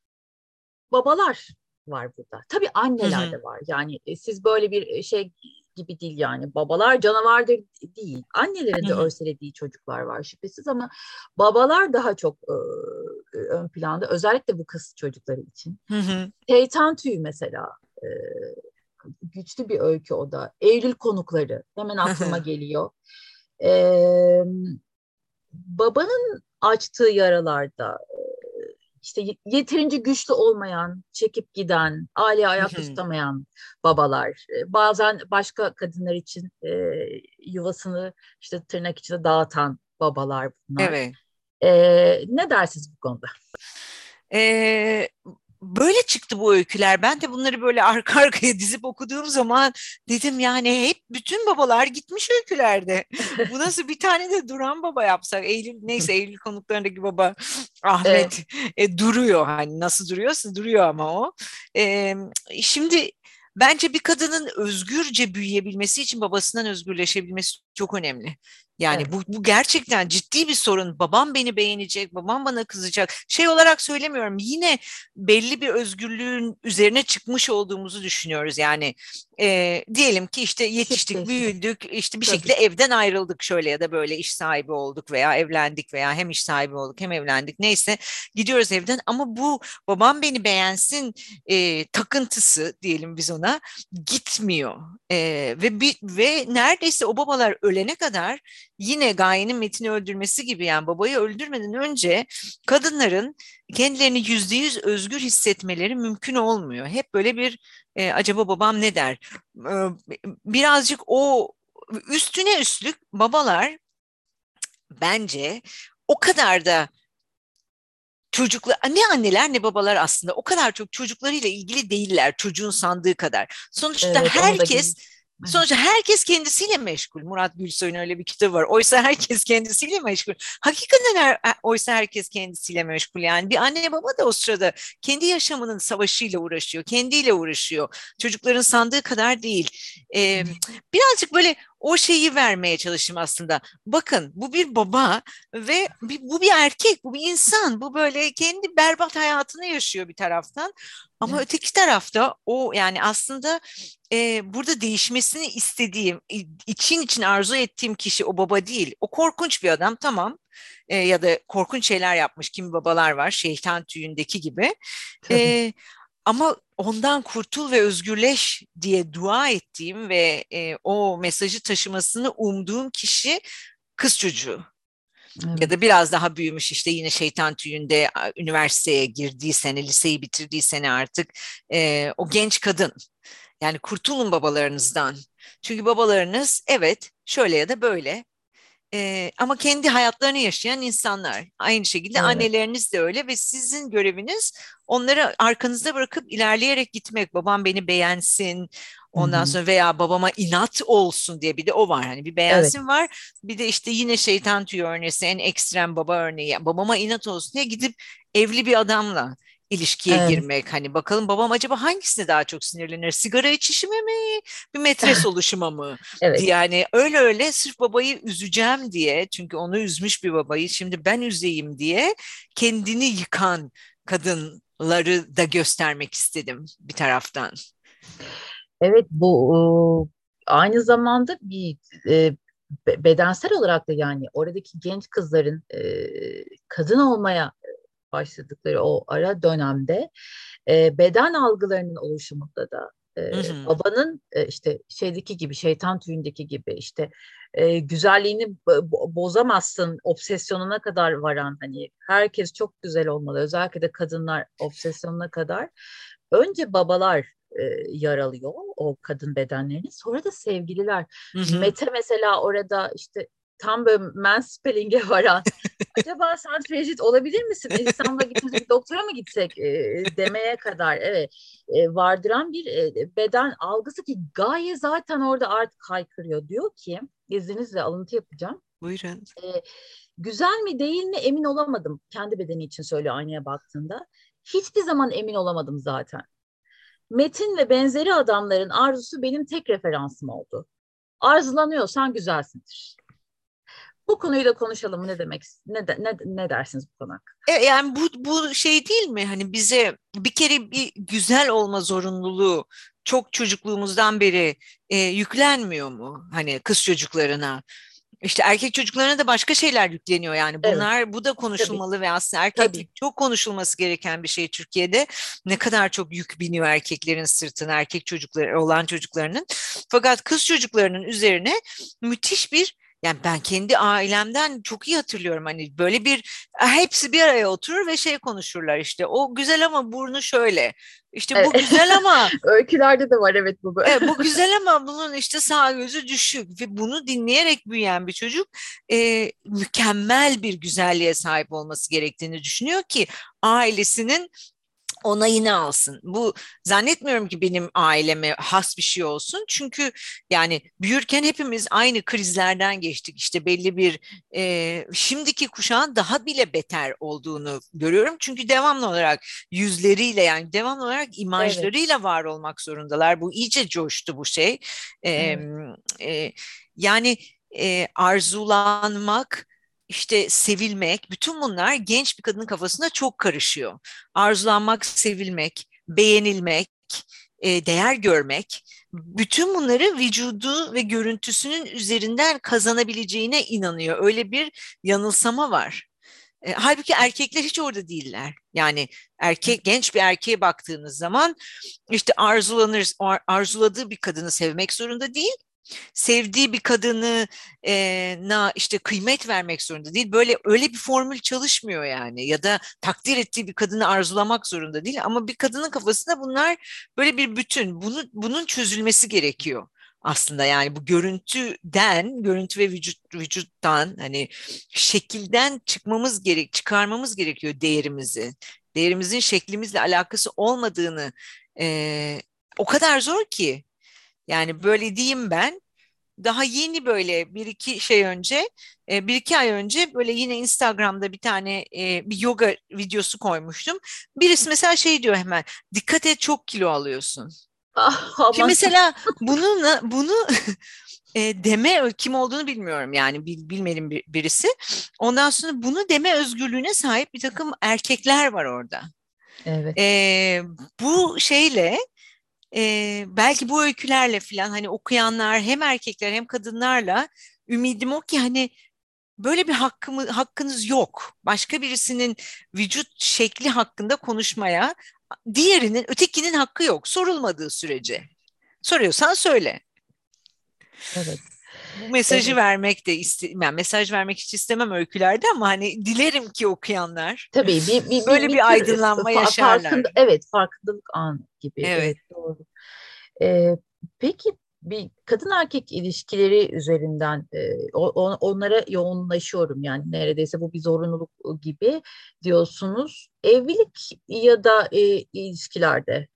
babalar var burada. Tabii Hı anneler hı, de var. Yani e, siz böyle bir şey gibi değil yani. Babalar canavardır değil. Annelerin Hı de hı. örselediği çocuklar var şüphesiz ama babalar daha çok e, ön planda. Özellikle bu kız çocukları için. Hı hı. Şeytan Tüyü mesela. E, güçlü bir öykü o da. Eylül Konukları hemen Hı aklıma hı. geliyor. E, babanın açtığı yaralarda işte yeterince güçlü olmayan, çekip giden, aileyi Hı ayakta hı. tutamayan babalar, e, bazen başka kadınlar için e, yuvasını işte tırnak içinde dağıtan babalar bunlar. Evet. E, ne dersiniz bu konuda? Ee, Böyle çıktı bu öyküler. Ben de bunları böyle arka arkaya dizip okuduğum zaman dedim yani hep bütün babalar gitmiş öykülerde. Bu nasıl bir tane de Duran Baba yapsak? Eylül neyse Eylül konuklarındaki baba Evet, Ahmet e, duruyor hani nasıl duruyorsa duruyor ama o. Ee, Şimdi bence bir kadının özgürce büyüyebilmesi için babasından özgürleşebilmesi çok önemli. Yani evet. bu, bu gerçekten ciddi bir sorun. Babam beni beğenecek, babam bana kızacak. Şey olarak söylemiyorum. Yine belli bir özgürlüğün üzerine çıkmış olduğumuzu düşünüyoruz. Yani e, diyelim ki işte yetiştik, Eşitleşme büyüdük, işte bir tabii. şekilde evden ayrıldık şöyle ya da böyle iş sahibi olduk veya evlendik veya hem iş sahibi olduk hem evlendik. Neyse gidiyoruz evden ama bu babam beni beğensin e, takıntısı diyelim biz ona gitmiyor. E, ve bir, ve neredeyse o babalar ölene kadar yine Gaye'nin Metin'i öldürmesi gibi yani babayı öldürmeden önce kadınların kendilerini yüzde yüz özgür hissetmeleri mümkün olmuyor. Hep böyle bir e, acaba babam ne der? E, Birazcık o üstüne üstlük babalar bence o kadar da çocuklar ne anneler ne babalar aslında o kadar çok çocuklarıyla ilgili değiller çocuğun sandığı kadar. Sonuçta Evet, onu da herkes görüyoruz. Evet. sonuçta herkes kendisiyle meşgul. Murat Gülsoy'un öyle bir kitabı var. Oysa herkes kendisiyle meşgul. Hakikaten her, oysa herkes kendisiyle meşgul. Yani bir anne baba da o sırada kendi yaşamının savaşıyla uğraşıyor. Kendiyle uğraşıyor. Çocukların sandığı kadar değil. Ee, Birazcık böyle o şeyi vermeye çalıştım aslında. Bakın bu bir baba ve bir, bu bir erkek, bu bir insan. Bu böyle kendi berbat hayatını yaşıyor bir taraftan. Ama Evet, öteki tarafta o yani aslında e, burada değişmesini istediğim, i- için için arzu ettiğim kişi o baba değil. O korkunç bir adam tamam. E, ya da korkunç şeyler yapmış kimi babalar var. Şeytan Tüyü'ndeki gibi. tabii. E, Ama ondan kurtul ve özgürleş diye dua ettiğim ve e, o mesajı taşımasını umduğum kişi kız çocuğu ya da Evet, biraz daha büyümüş işte yine şeytan tüyünde a, üniversiteye girdiği sene, liseyi bitirdiği sene artık e, o genç kadın. Yani kurtulun babalarınızdan. Çünkü babalarınız evet şöyle ya da böyle ee, ama kendi hayatlarını yaşayan insanlar. Aynı şekilde evet. anneleriniz de öyle ve sizin göreviniz onları arkanızda bırakıp ilerleyerek gitmek. Babam beni beğensin, Hı ondan hı. sonra veya babama inat olsun diye bir de o var. Hani bir Evet, beğensin var, bir de işte yine şeytan tüyü örneği, en ekstrem baba örneği. Yani babama inat olsun diye gidip evli bir adamla ilişkiye evet, girmek. Hani bakalım babam acaba hangisine daha çok sinirlenir? Sigara içişime mi, bir metres oluşuma mı? evet. Yani öyle öyle sırf babayı üzeceğim diye çünkü onu üzmüş bir babayı şimdi ben üzeyim diye kendini yıkan kadınları da göstermek istedim bir taraftan. Evet, bu e, aynı zamanda bir e, be- bedensel olarak da yani oradaki genç kızların e, kadın olmaya başladıkları o ara dönemde e, beden algılarının oluşumunda da Hı e, hı, babanın e, işte şeydeki gibi şeytan tüyündeki gibi işte e, güzelliğini bo- bozamazsın obsesyonuna kadar varan hani herkes çok güzel olmalı özellikle de kadınlar obsesyonuna kadar önce babalar e, yer alıyor o kadın bedenlerini sonra da sevgililer. hı hı. Mete mesela orada işte tam böyle mansplaining'e varan acaba sen Fecit olabilir misin? İstanbul'a gittiğimizde bir doktora mı gitsek e, demeye kadar evet e, vardıran bir e, beden algısı ki Gaye zaten orada artık haykırıyor. Diyor ki izninizle alıntı yapacağım. Buyurun. E, güzel mi değil mi emin olamadım. Kendi bedeni için söylüyor aynaya baktığında. Hiçbir zaman emin olamadım zaten. Metin ve benzeri adamların arzusu benim tek referansım oldu. Arzulanıyorsan güzelsindir. Bu konuyu da konuşalım mı? Ne demek? Ne, de, ne, ne dersiniz bu konu hakkında? E, yani bu bu şey değil mi? Hani bize bir kere bir güzel olma zorunluluğu çok çocukluğumuzdan beri e, yüklenmiyor mu? Hani kız çocuklarına. İşte erkek çocuklarına da başka şeyler yükleniyor yani. Evet, Bunlar bu da tabii, konuşulmalı ve aslında tabii. erkeklik çok konuşulması gereken bir şey Türkiye'de. Ne kadar çok yük biniyor erkeklerin sırtına, erkek çocukları olan çocuklarının. Fakat kız çocuklarının üzerine müthiş bir, yani ben kendi ailemden çok iyi hatırlıyorum, hani böyle bir hepsi bir araya oturur ve şey konuşurlar, işte o güzel ama burnu şöyle, işte bu Evet. güzel ama Öykülerde de var, evet, bu. e, bu güzel ama bunun işte sağ gözü düşük ve bunu dinleyerek büyüyen bir çocuk e, mükemmel bir güzelliğe sahip olması gerektiğini düşünüyor ki ailesinin onayını alsın. Bu, zannetmiyorum ki benim aileme has bir şey olsun. Çünkü yani büyürken hepimiz aynı krizlerden geçtik. İşte belli bir e, şimdiki kuşağın daha bile beter olduğunu görüyorum. Çünkü devamlı olarak yüzleriyle, yani devamlı olarak Evet, imajlarıyla var olmak zorundalar. Bu iyice coştu bu şey. E, evet. e, yani e, arzulanmak, işte sevilmek, bütün bunlar genç bir kadının kafasında çok karışıyor. Arzulanmak, sevilmek, beğenilmek, e, değer görmek, bütün bunları vücudu ve görüntüsünün üzerinden kazanabileceğine inanıyor. Öyle bir yanılsama var. E, halbuki erkekler hiç orada değiller. Yani erkek, genç bir erkeğe baktığınız zaman işte arzulanır, ar- arzuladığı bir kadını sevmek zorunda değil, sevdiği bir kadını e, na işte kıymet vermek zorunda değil. Böyle öyle bir formül çalışmıyor yani, ya da takdir ettiği bir kadını arzulamak zorunda değil. Ama bir kadının kafasında bunlar böyle bir bütün. Bunu bunun çözülmesi gerekiyor aslında, yani bu görüntüden, görüntü ve vücut vücuttan, hani şekilden çıkmamız gerek, çıkarmamız gerekiyor değerimizi. Değerimizin şeklimizle alakası olmadığını, e, o kadar zor ki. Yani böyle diyeyim ben, daha yeni böyle bir iki şey önce, e, bir iki ay önce böyle yine Instagram'da bir tane e, bir yoga videosu koymuştum. Birisi mesela şey diyor hemen, dikkat et çok kilo alıyorsun. Ah, Şimdi aman. mesela bunu bunu e, deme, kim olduğunu bilmiyorum yani, bil, bilmedim bir, birisi. Ondan sonra bunu deme özgürlüğüne sahip bir takım erkekler var orada. Evet. E, bu şeyle, e, belki bu öykülerle falan hani okuyanlar, hem erkekler hem kadınlarla, ümidim o ki hani böyle bir hakkımı, hakkınız yok. Başka birisinin vücut şekli hakkında konuşmaya, diğerinin, ötekinin hakkı yok. Sorulmadığı sürece. Soruyorsan söyle. Evet. Bu mesajı Evet. vermek de iste, yani mesaj vermek hiç istemem öykülerde, ama hani dilerim ki okuyanlar Tabii bir bir bir, böyle bir bir tür aydınlanma fa- farkında, yaşarlar. evet, farkındalık anı gibi. Evet. Evet, doğru. Ee, peki bir kadın erkek ilişkileri üzerinden e, o- o- onlara yoğunlaşıyorum, yani neredeyse bu bir zorunluluk gibi diyorsunuz. Evlilik ya da e, ilişkilerde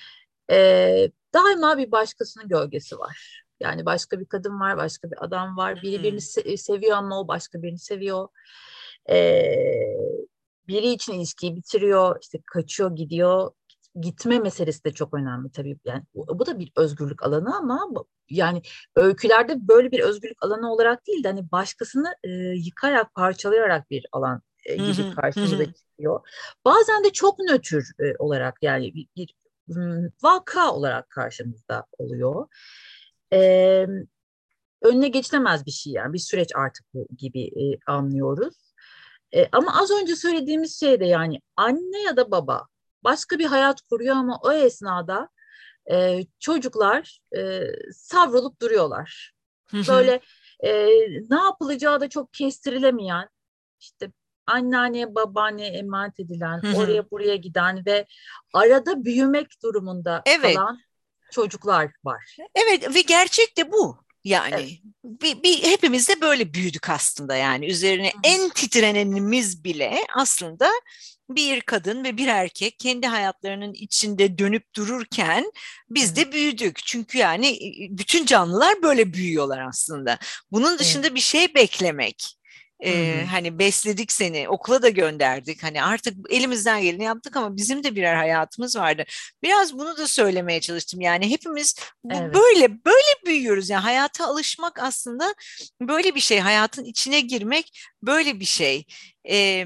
e, daima bir başkasının gölgesi var. Yani başka bir kadın var, başka bir adam var. Biri birini Hmm. se- seviyor ama o başka birini seviyor. Ee, biri için ilişkiyi bitiriyor, işte kaçıyor, gidiyor. Gitme meselesi de çok önemli tabii. Yani bu, bu da bir özgürlük alanı ama bu- yani öykülerde böyle bir özgürlük alanı olarak değil de hani başkasını e, yıkarak, parçalayarak bir alan e, Hı gibi hı, hı karşımıza hı. çıkıyor. Bazen de çok nötr e, olarak, yani bir, bir m, vaka olarak karşımızda oluyor. Ee, önüne geçilemez bir şey, yani bir süreç artık bu gibi e, anlıyoruz. E, ama az önce söylediğimiz şey de, yani anne ya da baba başka bir hayat kuruyor ama o esnada e, çocuklar e, savrulup duruyorlar. Hı hı. Böyle e, ne yapılacağı da çok kestirilemeyen, işte anneanneye babaanneye emanet edilen, Hı hı. oraya buraya giden ve arada büyümek durumunda Evet. kalan çocuklar var. Evet ve gerçek de bu. Evet. Yani bir, bir hepimiz de böyle büyüdük aslında, yani üzerine Hı hı. en titrenenimiz bile aslında bir kadın ve bir erkek kendi hayatlarının içinde dönüp dururken biz Evet. de büyüdük. Çünkü yani e, bütün canlılar böyle büyüyorlar aslında. Bunun Evet. dışında bir şey beklemek, Hı Ee, hı. hani besledik seni, okula da gönderdik. Hani artık elimizden geleni yaptık ama bizim de birer hayatımız vardı. Biraz bunu da söylemeye çalıştım. Yani hepimiz bu Evet. böyle böyle büyüyoruz. Yani hayata alışmak aslında böyle bir şey. Hayatın içine girmek böyle bir şey. Ee,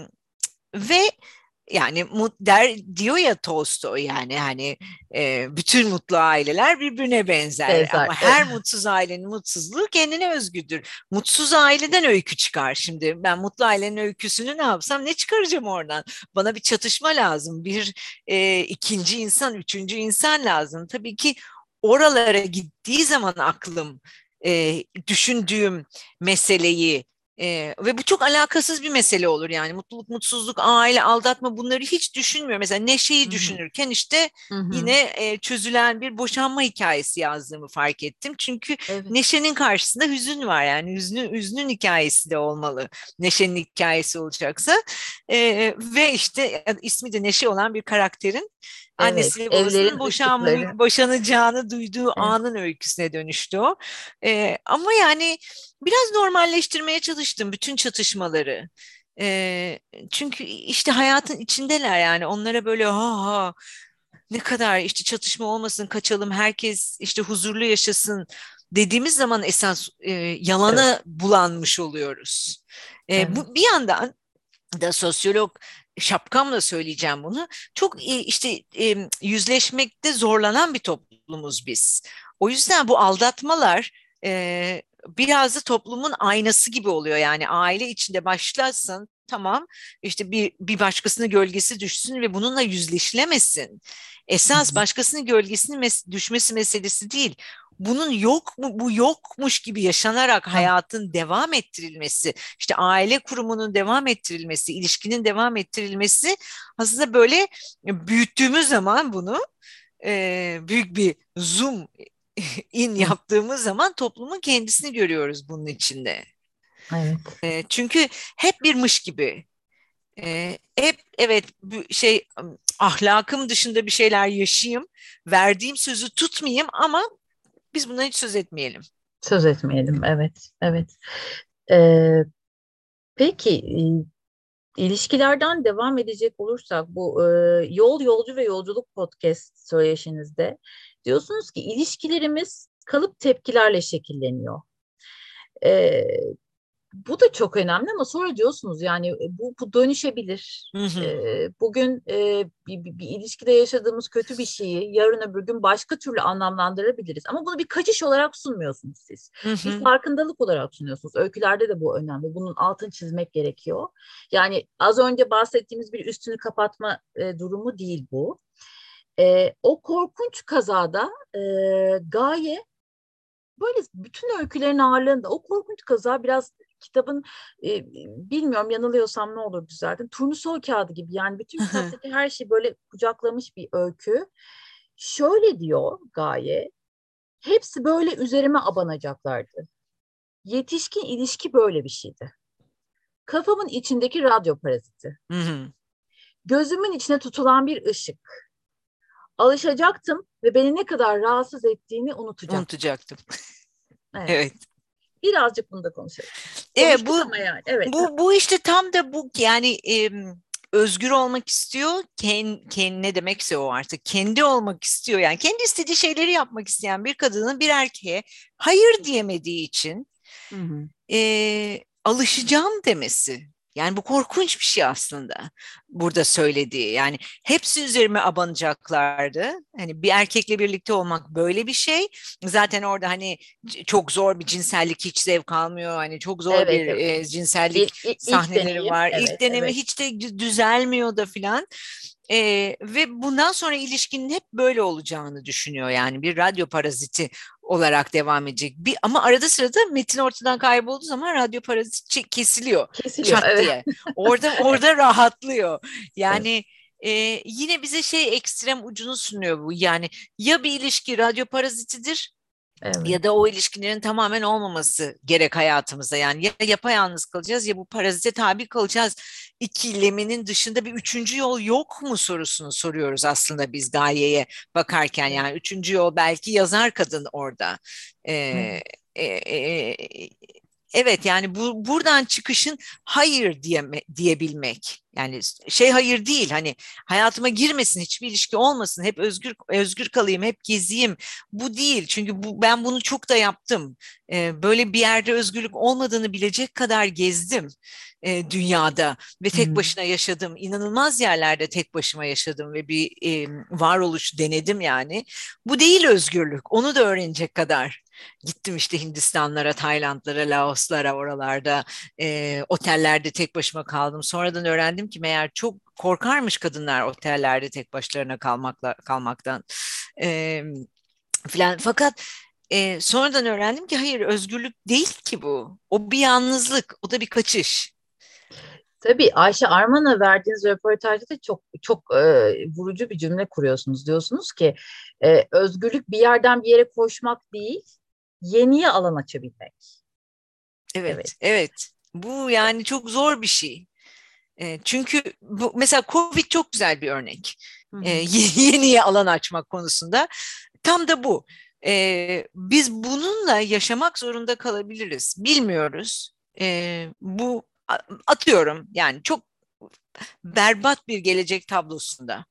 ve yani mut der diyor ya Tolstoy, yani hani e, bütün mutlu aileler birbirine benzer Benzer. ama Evet. her mutsuz ailenin mutsuzluğu kendine özgüdür. Mutsuz aileden öykü çıkar. Şimdi ben mutlu ailenin öyküsünü ne yapsam ne çıkaracağım oradan? Bana bir çatışma lazım, bir e, ikinci insan, üçüncü insan lazım. Tabii ki oralara gittiği zaman aklım e, düşündüğüm meseleyi, ee, ve bu çok alakasız bir mesele olur yani mutluluk, mutsuzluk, aile, aldatma, bunları hiç düşünmüyor. Mesela Hı Neşe'yi hı. düşünürken işte Hı hı. yine e, çözülen bir boşanma hikayesi yazdığımı fark ettim. Çünkü Evet. Neşe'nin karşısında hüzün var, yani hüznün, hüznün hikayesi de olmalı. Neşe'nin hikayesi olacaksa. Ee, ve işte e, ismi de Neşe olan bir karakterin Evet. annesiyle babasının Evlerin boşan, ışıkları. boşanacağını duyduğu Evet. anın öyküsüne dönüştü o. Ee, ama yani biraz normalleştirmeye çalıştım bütün çatışmaları. Ee, çünkü işte hayatın içindeler, yani onlara böyle ha ha ne kadar işte çatışma olmasın, kaçalım, herkes işte huzurlu yaşasın dediğimiz zaman esas e, Evet. yalana bulanmış oluyoruz. E, Evet. bu bir yandan da sosyolog şapkamla söyleyeceğim bunu. Çok e, işte e, yüzleşmekte zorlanan bir toplumuz biz. O yüzden bu aldatmalar e, biraz da toplumun aynası gibi oluyor. Yani aile içinde başlasın, tamam, işte bir bir başkasının gölgesi düşsün ve bununla yüzleşilemesin. Hı Esas hı. başkasının gölgesinin mes- düşmesi meselesi değil. Bunun yok mu, bu yokmuş gibi yaşanarak Ha, hayatın devam ettirilmesi, işte aile kurumunun devam ettirilmesi, ilişkinin devam ettirilmesi, aslında böyle büyüttüğümüz zaman bunu e, büyük bir zoom in hı. yaptığımız zaman toplumun kendisini görüyoruz bunun içinde. Evet. E, çünkü hep birmiş gibi. E, hep evet bu şey, ahlakım dışında bir şeyler yaşayayım, verdiğim sözü tutmayayım ama biz bundan hiç söz etmeyelim. Söz etmeyelim. Evet. Evet. Ee, peki e, ilişkilerden devam edecek olursak bu e, yol yolcu ve yolculuk podcast söyleşinizde diyorsunuz ki ilişkilerimiz kalıp tepkilerle şekilleniyor. Ee, Bu da çok önemli ama sonra diyorsunuz yani e, bu, bu dönüşebilir. Hı hı, Ee, bugün e, bir, bir, bir ilişkide yaşadığımız kötü bir şeyi yarın öbür gün başka türlü anlamlandırabiliriz. Ama bunu bir kaçış olarak sunmuyorsunuz siz. hı Bir hı, farkındalık olarak sunuyorsunuz. Öykülerde de bu önemli. Bunun altını çizmek gerekiyor. Yani az önce bahsettiğimiz bir üstünü kapatma e, durumu değil bu. E, o korkunç kazada e, Gaye böyle bütün öykülerin ağırlığında o korkunç kaza biraz kitabın e, bilmiyorum yanılıyorsam ne olur düzeltin. Turnusol kağıdı gibi yani bütün hı hı, kitaptaki her şeyi böyle kucaklamış bir öykü. Şöyle diyor Gaye, hepsi böyle üzerime abanacaklardı. Yetişkin ilişki böyle bir şeydi. Kafamın içindeki radyo paraziti. hı hı. Gözümün içine tutulan bir ışık. Alışacaktım ve beni ne kadar rahatsız ettiğini unutacaktım. Unutacaktım. Evet. Evet. Birazcık bunu da konuşalım. Evet, Konuştuk bu ama yani. Evet. bu bu işte tam da bu, yani em, özgür olmak istiyor. Ken, ken ne demekse o artık. Kendi olmak istiyor. Yani kendi istediği şeyleri yapmak isteyen bir kadının bir erkeğe hayır diyemediği için Hı hı. e, alışacağım demesi. Yani bu korkunç bir şey aslında burada söylediği. Yani hepsi üzerime abanacaklardı. Hani bir erkekle birlikte olmak böyle bir şey. Zaten orada hani c- çok zor bir cinsellik, hiç zevk almıyor. Hani çok zor Evet, bir evet. e, cinsellik İlk, ilk, ilk sahneleri deneyim. var. İlk Evet, deneme evet. hiç de dü- düzelmiyor da filan. E, ve bundan sonra ilişkinin hep böyle olacağını düşünüyor. Yani bir radyo paraziti olarak devam edecek. Bir, ama arada sırada metin ortadan kaybolduğu zaman radyo parazit çe- kesiliyor. Kesiliyor. Çat Evet. diye. Orada orada rahatlıyor. Evet. Yani e, yine bize şey ekstrem ucunu sunuyor bu. Yani ya bir ilişki radyo parazitidir Evet. ya da o ilişkilerin tamamen olmaması gerek hayatımızda. Yani ya yapayalnız kalacağız ya bu parazite tabi kalacağız. İkileminin dışında bir üçüncü yol yok mu sorusunu soruyoruz aslında biz Gaye'ye bakarken. Evet. Yani üçüncü yol belki yazar kadın orada. Ee, Evet. e, e, Evet, yani bu buradan çıkışın hayır diyeme, diyebilmek. Yani şey hayır değil, hani hayatıma girmesin, hiçbir ilişki olmasın, hep özgür özgür kalayım, hep geziyim. Bu değil, çünkü bu, ben bunu çok da yaptım. Ee, böyle bir yerde özgürlük olmadığını bilecek kadar gezdim e, dünyada ve tek Hmm. başına yaşadım. İnanılmaz yerlerde tek başıma yaşadım ve bir e, varoluş denedim yani. Bu değil özgürlük, onu da öğrenecek kadar. Gittim işte Hindistanlara, Taylandlara, Laoslara, oralarda e, otellerde tek başıma kaldım. Sonradan öğrendim ki meğer çok korkarmış kadınlar otellerde tek başlarına kalmakla kalmaktan e, filan. Fakat e, sonradan öğrendim ki hayır, özgürlük değil ki bu. O bir yalnızlık, o da bir kaçış. Tabii Ayşe Arman'a verdiğiniz röportajda da çok çok e, vurucu bir cümle kuruyorsunuz. Diyorsunuz ki e, özgürlük bir yerden bir yere koşmak değil, yeniye alan açabilmek. Evet. Evet, evet. Bu yani çok zor bir şey. E, çünkü bu, mesela Covid çok güzel bir örnek. Hı E, hı. yeniye alan açmak konusunda. Tam da bu. E, biz bununla yaşamak zorunda kalabiliriz. Bilmiyoruz. E, bu atıyorum yani çok berbat bir gelecek tablosunda.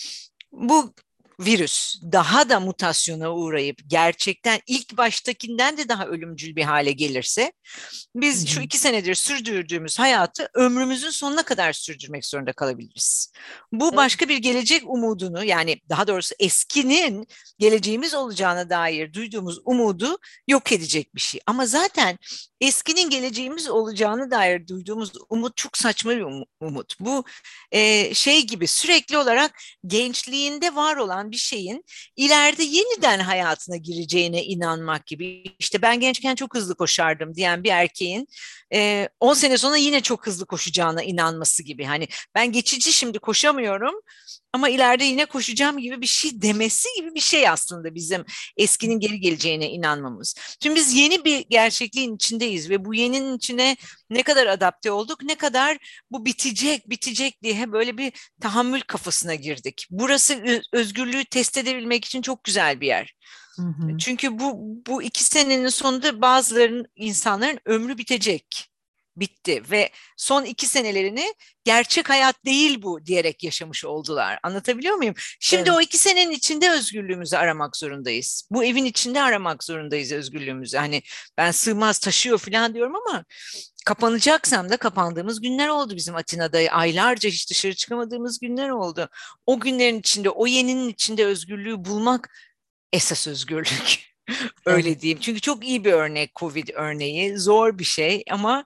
Bu virüs daha da mutasyona uğrayıp gerçekten ilk baştakinden de daha ölümcül bir hale gelirse Hı biz şu hı. iki senedir sürdürdüğümüz hayatı ömrümüzün sonuna kadar sürdürmek zorunda kalabiliriz. Bu Evet. başka bir gelecek umudunu, yani daha doğrusu eskinin geleceğimiz olacağına dair duyduğumuz umudu yok edecek bir şey. Ama zaten eskinin geleceğimiz olacağına dair duyduğumuz umut çok saçma bir um- umut. Bu e, şey gibi sürekli olarak gençliğinde var olan bir şeyin ileride yeniden hayatına gireceğine inanmak gibi. İşte ben gençken çok hızlı koşardım diyen bir erkeğin e, on sene sonra yine çok hızlı koşacağına inanması gibi. Hani ben geçici şimdi koşamıyorum ama ileride yine koşacağım gibi bir şey demesi gibi bir şey aslında bizim eskinin geri geleceğine inanmamız. Şimdi biz yeni bir gerçekliğin içindeyiz ve bu yeninin içine ne kadar adapte olduk, ne kadar bu bitecek, bitecek diye böyle bir tahammül kafasına girdik. Burası özgürlüğü test edebilmek için çok güzel bir yer. Hı hı. Çünkü bu bu iki senenin sonunda bazılarının insanların ömrü bitecek. Bitti ve son iki senelerini gerçek hayat değil bu diyerek yaşamış oldular. Anlatabiliyor muyum? Şimdi Evet. o iki senenin içinde özgürlüğümüzü aramak zorundayız. Bu evin içinde aramak zorundayız özgürlüğümüzü. Hani ben sığmaz taşıyor falan diyorum ama kapanacaksam da kapandığımız günler oldu bizim Atina'da. Aylarca hiç dışarı çıkamadığımız günler oldu. O günlerin içinde, o yeninin içinde özgürlüğü bulmak esas özgürlük. Evet. Öyle diyeyim. Çünkü çok iyi bir örnek Covid örneği. Zor bir şey ama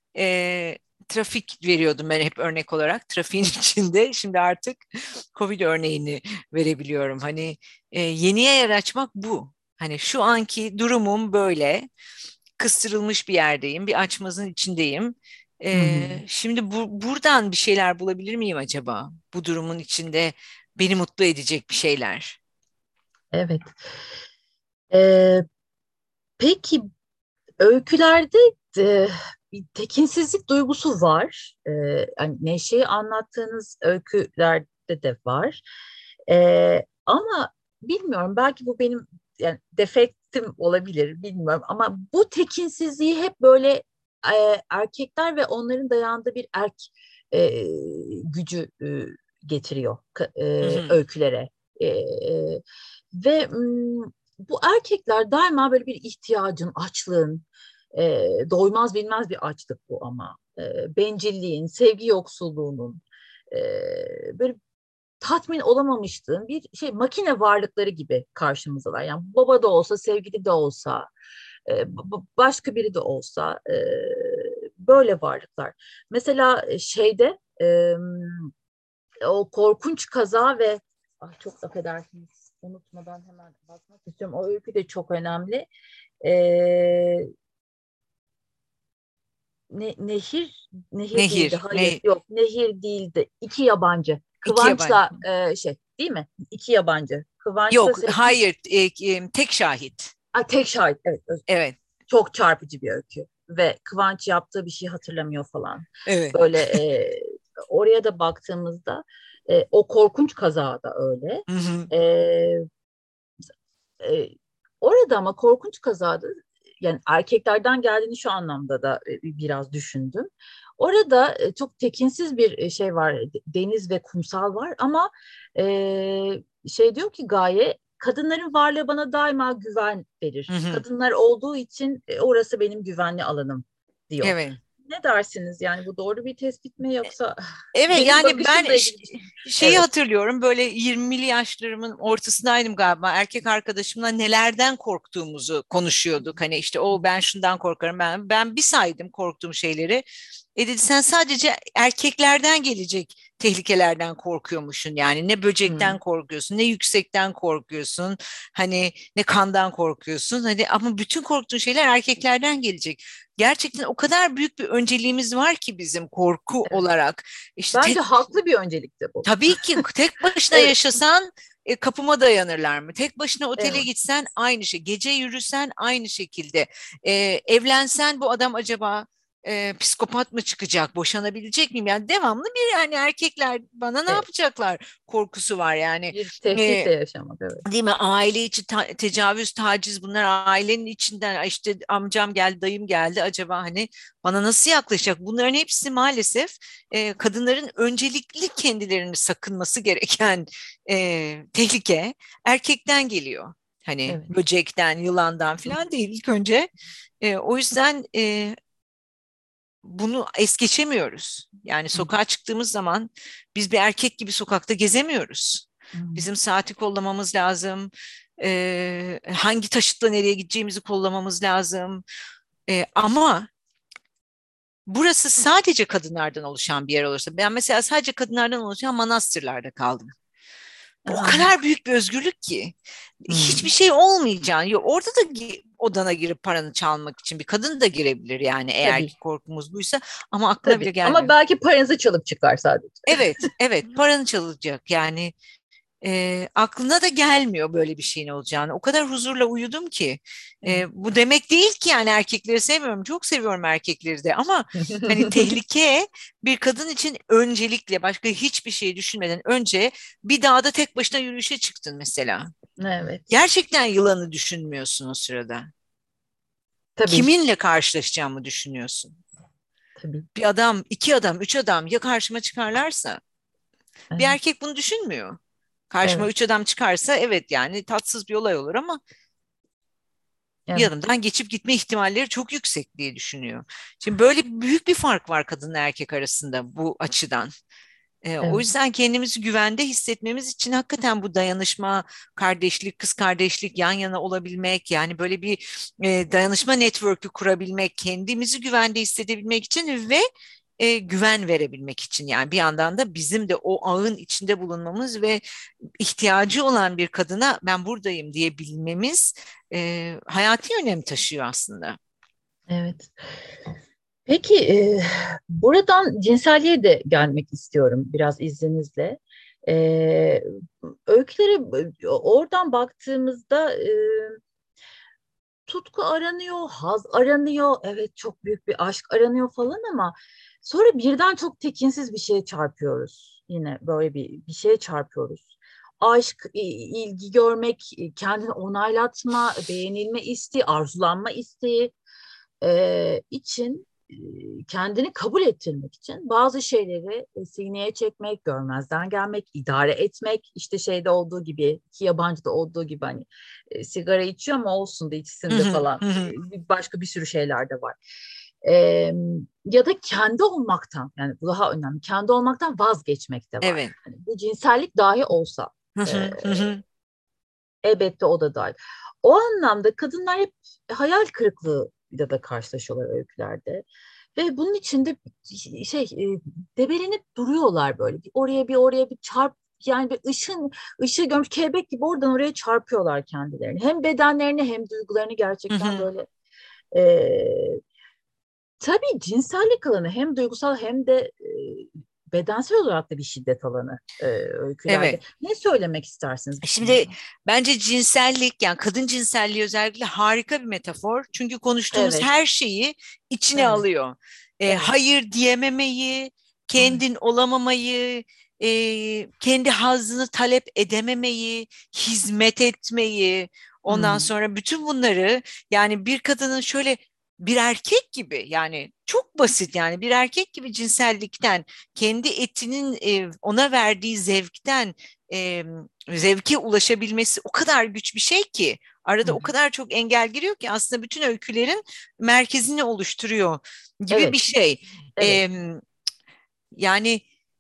e, trafik veriyordum ben hep örnek olarak. Trafiğin içinde şimdi artık Covid örneğini verebiliyorum. Hani e, yeniye yer açmak bu. Hani şu anki durumum böyle. Kıstırılmış bir yerdeyim. Bir açmazın içindeyim. Hı hı. E, şimdi bu, buradan bir şeyler bulabilir miyim acaba? Bu durumun içinde beni mutlu edecek bir şeyler. Evet. Ee, peki öykülerde e, bir tekinsizlik duygusu var. Ee, hani Neşe'yi anlattığınız öykülerde de var. Ee, ama bilmiyorum, belki bu benim yani defektim olabilir, bilmiyorum, ama bu tekinsizliği hep böyle e, erkekler ve onların dayandığı bir erk e, gücü e, getiriyor ka- Hı e, hı. öykülere. E, e, ve mm, bu erkekler daima böyle bir ihtiyacın, açlığın, e, doymaz bilmez bir açlık bu ama. E, bencilliğin, sevgi yoksulluğunun, e, böyle tatmin olamamışlığın bir şey, makine varlıkları gibi karşımızdalar. Yani baba da olsa, sevgili de olsa, e, başka biri de olsa e, böyle varlıklar. Mesela e, şeyde e, o korkunç kaza ve ah, çok affedersiniz, unutmadan hemen bakmak istiyorum. O öykü de çok önemli. E, ne, nehir nehir değildi. Nehir, Hayır, ne yok, nehir değildi. İki yabancı. iki yabancı. Kıvanç'la e, şey değil mi? İki yabancı. Kıvanç'la Yok, Sezgin. hayır, e, e, tek şahit. Ay, tek şahit. Evet. öz- Evet, Çok çarpıcı bir öykü. Ve Kıvanç yaptığı bir şey hatırlamıyor falan. evet. Böyle e, oraya da baktığımızda e, o korkunç kaza da öyle. Hı hı. E, e, orada ama korkunç kazada yani erkeklerden geldiğini şu anlamda da e, biraz düşündüm. Orada e, çok tekinsiz bir e, şey var, de- deniz ve kumsal var ama e, şey diyor ki Gaye, kadınların varlığı bana daima güven Hı verir. hı. Kadınlar olduğu için e, orası benim güvenli alanım diyor. Evet. Ne dersiniz? Yani bu doğru bir tespit mi yoksa Evet, benim yani ben bakışımla ş- ilgili bir şey mi? şeyi Evet. hatırlıyorum, böyle yirmili yaşlarımın ortasındaydım galiba, erkek arkadaşımla nelerden korktuğumuzu konuşuyorduk. Hani işte o, ben şundan korkarım, ben ben bir saydım korktuğum şeyleri. E dedi, sen sadece erkeklerden gelecek tehlikelerden korkuyormuşsun, yani ne böcekten Hmm, korkuyorsun, ne yüksekten korkuyorsun, hani ne kandan korkuyorsun, hani ama bütün korktuğun şeyler erkeklerden gelecek. Gerçekten o kadar büyük bir önceliğimiz var ki bizim korku evet. olarak. İşte Bence tek, haklı bir öncelikti bu. tabii ki tek başına Evet, yaşasan e, kapıma dayanırlar mı? Tek başına otele evet, gitsen aynı şey. Gece yürüsen aynı şekilde. E, evlensen bu adam acaba e, psikopat mı çıkacak? Boşanabilecek miyim? Yani devamlı bir, yani erkekler bana ne evet. yapacaklar korkusu var yani. Bir E, tehditle yaşamak, evet. Değil mi? Aile içi ta- tecavüz, taciz, bunlar ailenin içinden. "Ay işte amcam geldi, dayım geldi. Acaba hani bana nasıl yaklaşacak?" Bunların hepsi maalesef e, kadınların öncelikli kendilerini sakınması gereken e, tehlike erkekten geliyor. Hani Evet. böcekten, yılandan falan değil ilk önce. E, o yüzden e, bunu es geçemiyoruz. Yani Hı, sokağa çıktığımız zaman biz bir erkek gibi sokakta gezemiyoruz. hı, Bizim saati kollamamız lazım. Ee, hangi taşıtla nereye gideceğimizi kollamamız lazım. Ee, ama burası sadece kadınlardan oluşan bir yer olursa, ben mesela sadece kadınlardan oluşan manastırlarda kaldım. Bu o aha, kadar büyük bir özgürlük ki. hı. Hiçbir şey olmayacağını, yok orada da gi- odana girip paranı çalmak için bir kadın da girebilir, yani eğer Tabii, ki korkumuz buysa, ama aklına bile tabii. Ama gelmiyor. belki paranızı çalıp çıkar sadece. Evet, evet, paranı çalacak yani. E, aklına da gelmiyor böyle bir şeyin olacağını. O kadar huzurla uyudum ki. Evet. E, bu demek değil ki yani erkekleri sevmiyorum. Çok seviyorum erkekleri de, ama hani tehlike bir kadın için öncelikle, başka hiçbir şey düşünmeden önce bir dağda tek başına yürüyüşe çıktın mesela. Evet. Gerçekten yılanı düşünmüyorsun o sırada. Tabii, Kiminle karşılaşacağımı düşünüyorsun. tabii. Bir adam, iki adam, üç adam ya karşıma çıkarlarsa, bir Evet. erkek bunu düşünmüyor. Karşıma Evet. üç adam çıkarsa evet, yani tatsız bir olay olur, ama Evet. yanımdan geçip gitme ihtimalleri çok yüksek diye düşünüyor. Şimdi böyle büyük bir fark var kadınla erkek arasında bu açıdan. E, o Evet. yüzden kendimizi güvende hissetmemiz için hakikaten bu dayanışma, kardeşlik, kız kardeşlik, yan yana olabilmek, yani böyle bir e, dayanışma network'ü kurabilmek, kendimizi güvende hissedebilmek için ve e, güven verebilmek için, yani bir yandan da bizim de o ağın içinde bulunmamız ve ihtiyacı olan bir kadına ben buradayım diyebilmemiz e, hayati önem taşıyor aslında. Evet. Peki, e, buradan cinselliğe de gelmek istiyorum biraz izninizle. E, öykülere e, oradan baktığımızda e, tutku aranıyor, haz aranıyor, evet çok büyük bir aşk aranıyor falan ama sonra birden çok tekinsiz bir şeye çarpıyoruz. Yine böyle bir bir şeye çarpıyoruz. Aşk, i- ilgi görmek, kendini onaylatma, beğenilme isteği, arzulanma isteği e, için e, kendini kabul ettirmek için bazı şeyleri e, sineye çekmek, görmezden gelmek, idare etmek, işte şeyde olduğu gibi, iki yabancıda olduğu gibi hani e, sigara içiyor ama olsun da Hı içsin de hı, falan. hı hı. E, başka bir sürü şeyler de var. E, ya da kendi olmaktan, yani bu daha önemli, kendi olmaktan vazgeçmek de var. Evet. Hani bu cinsellik dahi olsa Hı e, hı, hı hı. elbette o da dahil. O anlamda kadınlar hep hayal kırıklığıyla da karşılaşıyorlar öykülerde. Ve bunun içinde şey e, debelenip duruyorlar böyle. Bir oraya bir oraya bir çarp, yani bir ışın ışığı görmüş kelebek gibi oradan oraya çarpıyorlar kendilerini. Hem bedenlerini hem duygularını Hı gerçekten hı. böyle e, tabii cinsellik alanı hem duygusal hem de e, bedensel olarak da bir şiddet alanı e, öykülerde. Evet. Ne söylemek istersiniz bu Şimdi konuda? bence cinsellik, yani kadın cinselliği özellikle harika bir metafor. Çünkü konuştuğumuz Evet, her şeyi içine evet, alıyor. E, evet. hayır diyememeyi, Ay, kendin olamamayı, e, kendi hazzını talep edememeyi, hizmet etmeyi, Hı Ondan hı. sonra bütün bunları, yani bir kadının şöyle bir erkek gibi, yani çok basit, yani bir erkek gibi cinsellikten, kendi etinin e, ona verdiği zevkten e, zevke ulaşabilmesi o kadar güç bir şey ki, Hı arada o hı. kadar çok engel giriyor ki aslında bütün öykülerin merkezini oluşturuyor gibi bir Evet, şey. evet. E, yani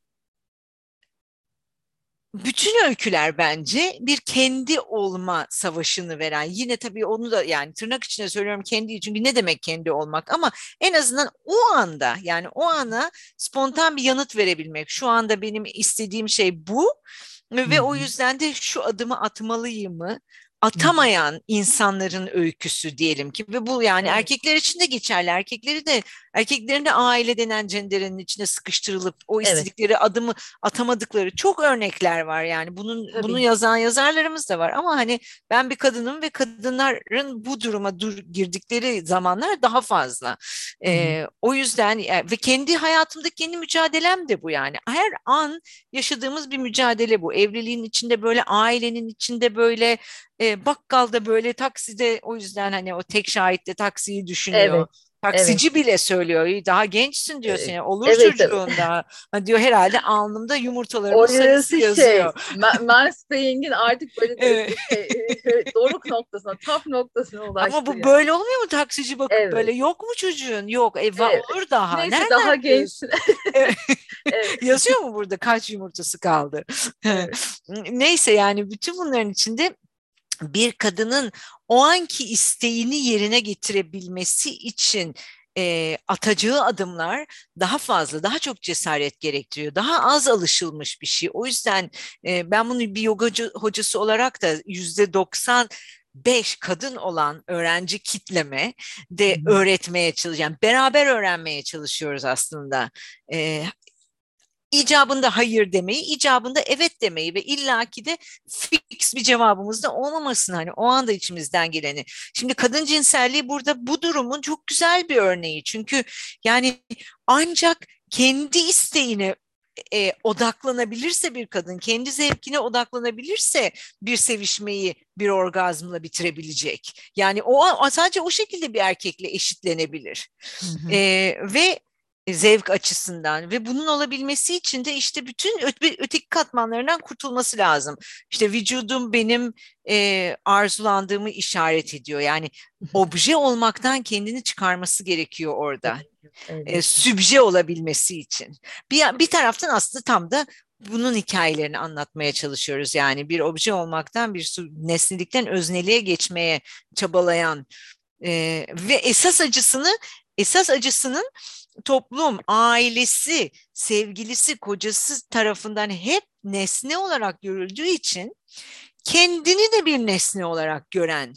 bütün öyküler bence bir kendi olma savaşını veren, yine tabii onu da yani tırnak içinde söylüyorum kendi, çünkü ne demek kendi olmak, ama en azından o anda, yani o ana spontan bir yanıt verebilmek. Şu anda benim istediğim şey bu Hı ve o hı. yüzden de şu adımı atmalıyım mı? Hı hı. Atamayan insanların öyküsü diyelim ki, ve bu yani Evet, erkekler için de geçerli. Erkekleri de, erkeklerin de aile denen cenderenin içine sıkıştırılıp o evet. istedikleri adımı atamadıkları çok örnekler var, yani bunun bunu Tabii. yazan yazarlarımız da var, ama hani ben bir kadınım ve kadınların bu duruma dur, girdikleri zamanlar daha fazla. Hı hı. Ee, o yüzden e, ve kendi hayatımdaki kendi mücadelem de bu, yani her an yaşadığımız bir mücadele bu. Evliliğin içinde böyle, ailenin içinde böyle, e, bakkalda böyle, takside, o yüzden hani o tek şahitle taksiyi düşünüyor. Evet, evet. Taksici bile söylüyor, "İyi, daha gençsin," diyor, Ee, "seni olur Evet, çocuğun daha." Ha, diyor, "herhalde alnımda yumurtalarımın sayısı orası şey, yazıyor." Ma- Mansplaining artık böyle Evet. de- şey, doruk noktasına, tap noktasına Ama ulaştı bu yani. böyle olmuyor mu, taksici bakıp Evet, böyle, "Yok mu çocuğun?" "Yok." "E, va- evet. olur daha." Neyse "Nereden daha biliyorsun?" gençsin. Evet. Evet, Yazıyor mu burada kaç yumurtası kaldı? evet. Neyse, yani bütün bunların içinde bir kadının o anki isteğini yerine getirebilmesi için e, atacağı adımlar daha fazla, daha çok cesaret gerektiriyor. Daha az alışılmış bir şey. O yüzden e, ben bunu bir yoga hocası olarak da yüzde doksan beş kadın olan öğrenci kitleme Hı de hı. öğretmeye çalışacağım. Beraber öğrenmeye çalışıyoruz aslında. E, İcabında hayır demeyi, icabında evet demeyi ve illaki de fix bir cevabımız da olmamasını, hani o anda içimizden geleni. Şimdi kadın cinselliği burada bu durumun çok güzel bir örneği. Çünkü yani ancak kendi isteğine e, odaklanabilirse bir kadın, kendi zevkine odaklanabilirse bir sevişmeyi bir orgazmla bitirebilecek. Yani o, o sadece o şekilde bir erkekle eşitlenebilir. Hı hı. Ee, ve zevk açısından, ve bunun olabilmesi için de işte bütün öte, öteki katmanlarından kurtulması lazım. İşte vücudum benim e, arzulandığımı işaret ediyor. Yani obje olmaktan kendini çıkarması gerekiyor orada. Gerekiyor. E, Elbette. sübje olabilmesi için. Bir, bir taraftan aslında tam da bunun hikayelerini anlatmaya çalışıyoruz. Yani bir obje olmaktan, bir su- nesnelikten özneliğe geçmeye çabalayan e, ve esas acısını, esas acısının toplum, ailesi, sevgilisi, kocası tarafından hep nesne olarak görüldüğü için kendini de bir nesne olarak gören,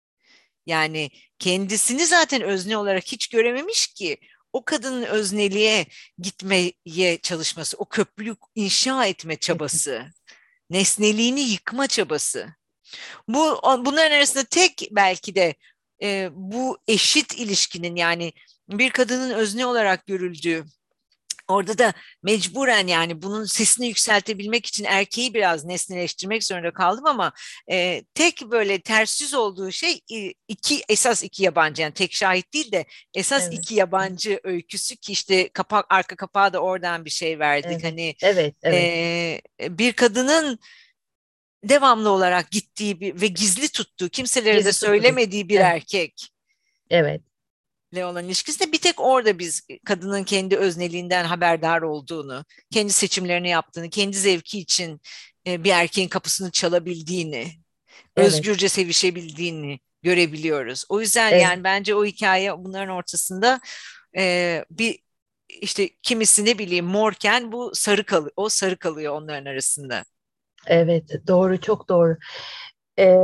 yani kendisini zaten özne olarak hiç görememiş ki, o kadının özneliğe gitmeye çalışması, o köprüyü inşa etme Evet. çabası, nesneliğini yıkma çabası. Bu bunların arasında tek belki de e, bu eşit ilişkinin, yani bir kadının özne olarak görüldüğü, orada da mecburen yani bunun sesini yükseltebilmek için erkeği biraz nesneleştirmek zorunda kaldım, ama e, tek böyle ters yüz olduğu şey e, iki esas iki yabancı, yani tek şahit değil de esas Evet. iki yabancı öyküsü, ki işte kapak, arka kapağı da oradan bir şey verdik. Evet. Hani Evet. Evet. e, bir kadının devamlı olarak gittiği bir, ve gizli tuttuğu, kimselere de Gizli tuttu bir. söylemediği bir Evet. erkekle Evet. olan ilişkisi de bir tek orada biz kadının kendi özneliğinden haberdar olduğunu, kendi seçimlerini yaptığını, kendi zevki için e, bir erkeğin kapısını çalabildiğini, Evet. özgürce sevişebildiğini görebiliyoruz. O yüzden Evet. yani bence o hikaye bunların ortasında e, bir işte, kimisi ne bileyim morken, bu sarı kalıyor, o sarı kalıyor onların arasında. Evet. Doğru. Çok doğru. Ee,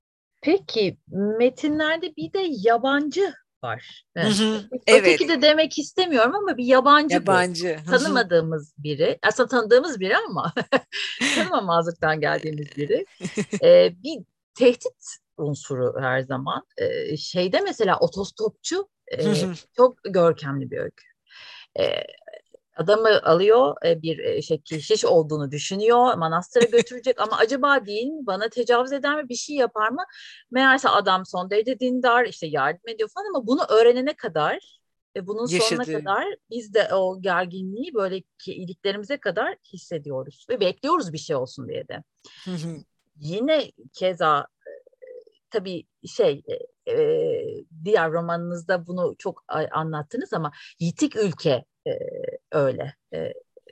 peki metinlerde bir de yabancı var. Hı Yani hı, öteki evet, de demek istemiyorum ama bir yabancı bu. yabancı. Hı hı. Tanımadığımız biri. Aslında tanıdığımız biri ama tanımamazlıktan geldiğimiz biri. Ee, bir tehdit unsuru her zaman. Ee, şeyde mesela otostopçu Hı e, hı. çok görkemli bir öykü. Ee, Adamı alıyor, e, bir e, şey keşiş olduğunu düşünüyor, manastıra götürecek ama acaba din bana tecavüz eder mi, bir şey yapar mı? Meğerse adam son derece dindar, işte yardım ediyor falan ama bunu öğrenene kadar ve bunun sonuna Yaşadığı. kadar biz de o gerginliği böyle ki iliklerimize kadar hissediyoruz ve bekliyoruz bir şey olsun diye de. Yine keza tabii şey e, e, diğer romanınızda bunu çok a- anlattınız ama Yitik Ülke e, öyle. E,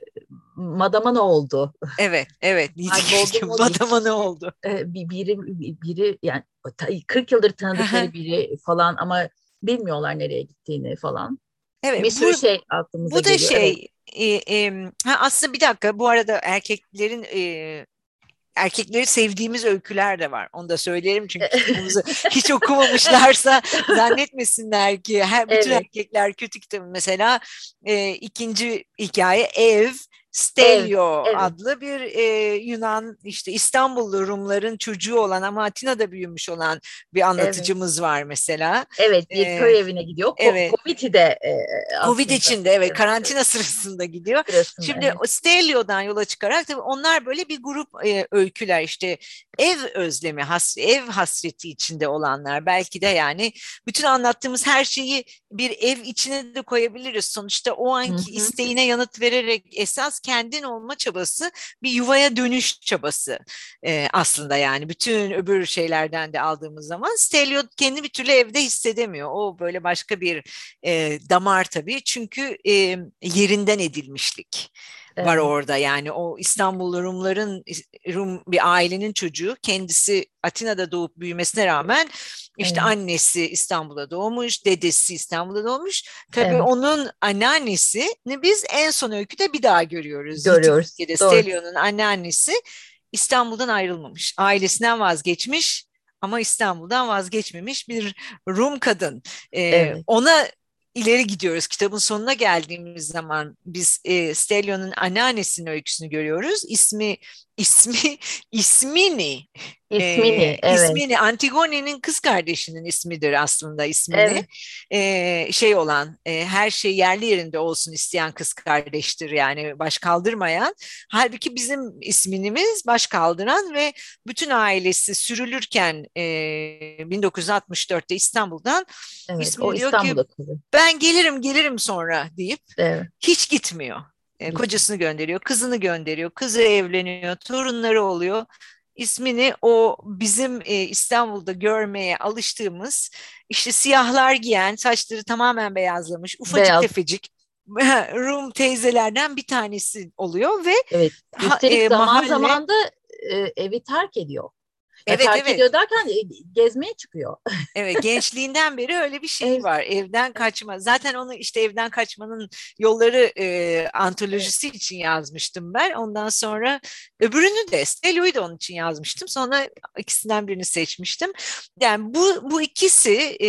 Madama ne oldu? Evet, evet. Kayboldu mu? Madama ne Yetişti. oldu? E, bir biri biri yani ta- kırk yıldır tanıdıkları biri falan ama bilmiyorlar nereye gittiğini falan. Evet, Bir sürü bu şey aklımıza bu da geliyor. Evet. şey e, e, ha, aslında bir dakika, bu arada erkeklerin e, erkekleri sevdiğimiz öyküler de var. Onu da söyleyelim çünkü kitabımızı hiç okumamışlarsa zannetmesinler ki her bütün Evet. erkekler kötü kitabı. Mesela e, ikinci hikaye Ev, Ev. Stelio Evet. adlı bir e, Yunan, işte İstanbullu Rumların çocuğu olan ama Atina'da büyümüş olan bir Evet. anlatıcımız var mesela. Evet, bir E, köy evine gidiyor. Ko evet. Covid'de e, Covid aslında içinde, evet, evet, karantina sırasında gidiyor. sırasında Şimdi evet. o Stelio'dan yola çıkarak tabii onlar böyle bir grup e, öyküler, işte ev özlemi, has, ev hasreti içinde olanlar. Belki de yani bütün anlattığımız her şeyi bir ev içine de koyabiliriz. Sonuçta o Hı anki hı. isteğine yanıt vererek esas kendin olma çabası, bir yuvaya dönüş çabası e, aslında, yani bütün öbür şeylerden de aldığımız zaman Stelio kendi bir türlü evde hissedemiyor. O böyle başka bir e, damar tabii, çünkü e, yerinden edilmişlik var Evet, orada. Yani o İstanbullu Rumların, Rum bir ailenin çocuğu, kendisi Atina'da doğup büyümesine rağmen işte evet, annesi İstanbul'da doğmuş, dedesi İstanbul'da doğmuş. Tabii evet. onun anneannesini biz en son öyküde bir daha görüyoruz. Yitik Görüyoruz. ülkede Doğru. Stelio'nun anneannesi İstanbul'dan ayrılmamış, ailesinden vazgeçmiş ama İstanbul'dan vazgeçmemiş bir Rum kadın. Ee, Evet. ona ileri gidiyoruz. Kitabın sonuna geldiğimiz zaman biz e, Stelio'nun anneannesinin öyküsünü görüyoruz. İsmi ismi ismini e, İsmini, evet. ismini Antigone'nin kız kardeşinin ismidir aslında, ismini. Evet. E, şey olan, e, her şey yerli yerinde olsun isteyen kız kardeştir, yani baş kaldırmayan. Halbuki bizim ismimiz baş kaldıran ve bütün ailesi sürülürken e, bin dokuz yüz altmış dörtte İstanbul'dan Evet. O ismini diyor ki İstanbul'da kalıyor. ben gelirim gelirim sonra deyip Evet. hiç gitmiyor. E, Gittim. kocasını gönderiyor, kızını gönderiyor, kızı evleniyor, torunları oluyor. İsmini o bizim e, İstanbul'da görmeye alıştığımız, işte siyahlar giyen, saçları tamamen beyazlamış, ufacık Beyaz. tefecik Rum teyzelerden bir tanesi oluyor ve Evet. ha, Üstelik e, zaman mahalle. zaman da e, evi terk ediyor. Ya Evet, terk evet. ediyor derken e, gezmeye çıkıyor. Evet, gençliğinden beri öyle bir şey Evet. var. Evden Evet. kaçma. Zaten onu işte evden kaçmanın yolları e, Evet. antolojisi için yazmıştım ben. Ondan sonra öbürünü de, Stelio'yu da onun için yazmıştım. Sonra ikisinden birini seçmiştim. Yani bu bu ikisi, e,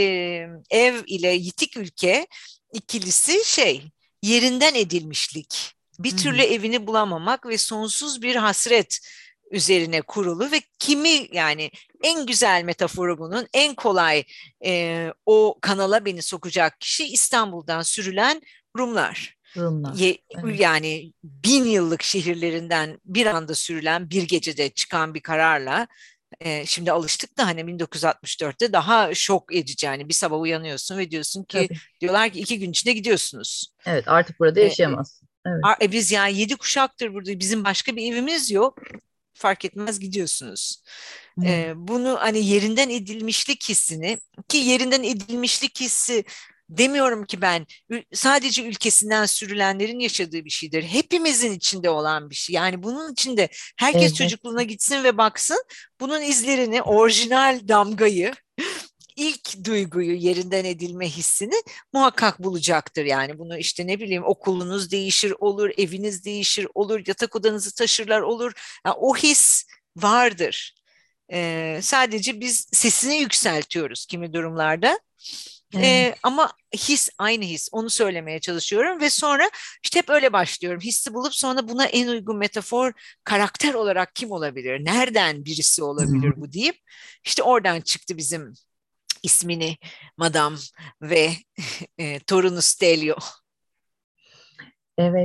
ev ile Yitik Ülke ikilisi, şey, yerinden edilmişlik. Bir Hı türlü hı. evini bulamamak ve sonsuz bir hasret üzerine kurulu ve kimi, yani en güzel metaforu bunun, en kolay e, o kanala beni sokacak kişi İstanbul'dan sürülen Rumlar. Rumlar. Ye, Evet. yani bin yıllık şehirlerinden bir anda sürülen, bir gecede çıkan bir kararla, e, şimdi alıştık da hani bin dokuz yüz altmış dörtte daha şok edici, yani bir sabah uyanıyorsun ve diyorsun ki, Tabii. diyorlar ki iki gün içinde gidiyorsunuz. Evet. Artık burada E, yaşayamazsın. Evet. e, biz yani yedi kuşaktır burada, bizim başka bir evimiz yok, fark etmez gidiyorsunuz. Evet. Ee, bunu hani yerinden edilmişlik hissini, ki yerinden edilmişlik hissi demiyorum ki ben, ül- sadece ülkesinden sürülenlerin yaşadığı bir şeydir. Hepimizin içinde olan bir şey. Yani bunun içinde herkes Evet. çocukluğuna gitsin ve baksın, bunun izlerini, orijinal damgayı, ilk duyguyu, yerinden edilme hissini muhakkak bulacaktır. Yani bunu işte ne bileyim, okulunuz değişir olur, eviniz değişir olur, yatak odanızı taşırlar olur. Yani o his vardır. Ee, sadece biz sesini yükseltiyoruz kimi durumlarda. Evet. Ee, ama his aynı his. Onu söylemeye çalışıyorum ve sonra işte hep öyle başlıyorum. Hissi bulup sonra buna en uygun metafor, karakter olarak kim olabilir? Nereden birisi olabilir bu deyip işte oradan çıktı bizim ismini Madame ve e, torunu Stelio. Evet.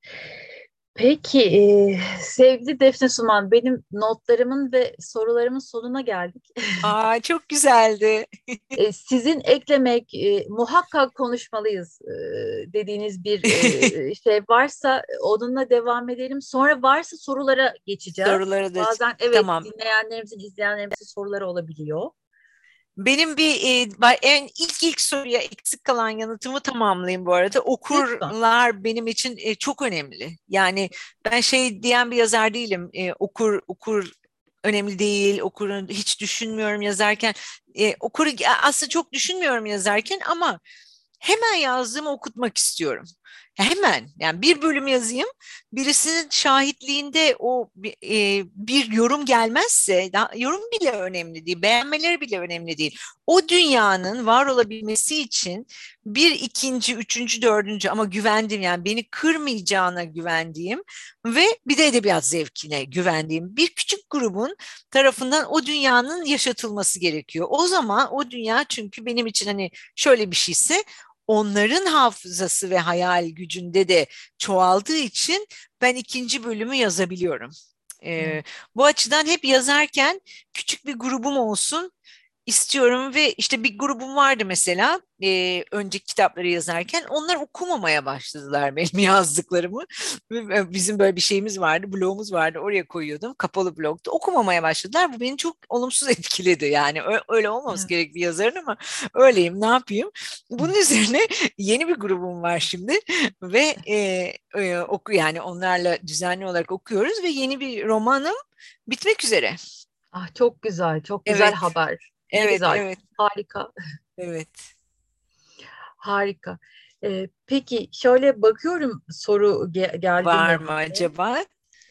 Peki, e, sevgili Defne Suman, benim notlarımın ve sorularımın sonuna geldik. Aa, çok güzeldi. E, sizin eklemek, e, muhakkak konuşmalıyız e, dediğiniz bir e, şey varsa onunla devam edelim. Sonra varsa sorulara geçeceğiz. Soruları da Bazen evet, tamam. dinleyenlerimizin, izleyenlerimizin soruları olabiliyor. Benim bir e, ba- en ilk ilk soruya eksik kalan yanıtımı tamamlayayım bu arada. Lütfen. Okurlar benim için e, çok önemli. Yani ben şey diyen bir yazar değilim. E, okur okur önemli değil. Okurun hiç düşünmüyorum yazarken. E, okuru aslında çok düşünmüyorum yazarken ama hemen yazdığımı okutmak istiyorum. Hemen yani bir bölüm yazayım, birisinin şahitliğinde o e, bir yorum gelmezse, daha, yorum bile önemli değil, beğenmeleri bile önemli değil. O dünyanın var olabilmesi için bir, ikinci, üçüncü, dördüncü ama güvendiğim, yani beni kırmayacağına güvendiğim ve bir de edebiyat zevkine güvendiğim bir küçük grubun tarafından o dünyanın yaşatılması gerekiyor. O zaman o dünya, çünkü benim için hani şöyle bir şeyse, onların hafızası ve hayal gücünde de çoğaldığı için ben ikinci bölümü yazabiliyorum. Evet. Ee, bu açıdan hep yazarken küçük bir grubum olsun istiyorum ve işte bir grubum vardı mesela e, önceki kitapları yazarken, onlar okumamaya başladılar benim yazdıklarımı. Bizim böyle bir şeyimiz vardı, blogumuz vardı, oraya koyuyordum, kapalı blogda okumamaya başladılar. Bu beni çok olumsuz etkiledi, yani Ö- öyle olmaması Evet. gerek bir yazarın ama öyleyim, ne yapayım. Bunun üzerine yeni bir grubum var şimdi ve e, e, oku yani onlarla düzenli olarak okuyoruz ve yeni bir romanım bitmek üzere. Ah, çok güzel, çok güzel Evet, haber. Ne evet, güzel, evet. harika, Evet. harika. Ee, peki, şöyle bakıyorum soru ge- geldi Var mi mı diye. acaba?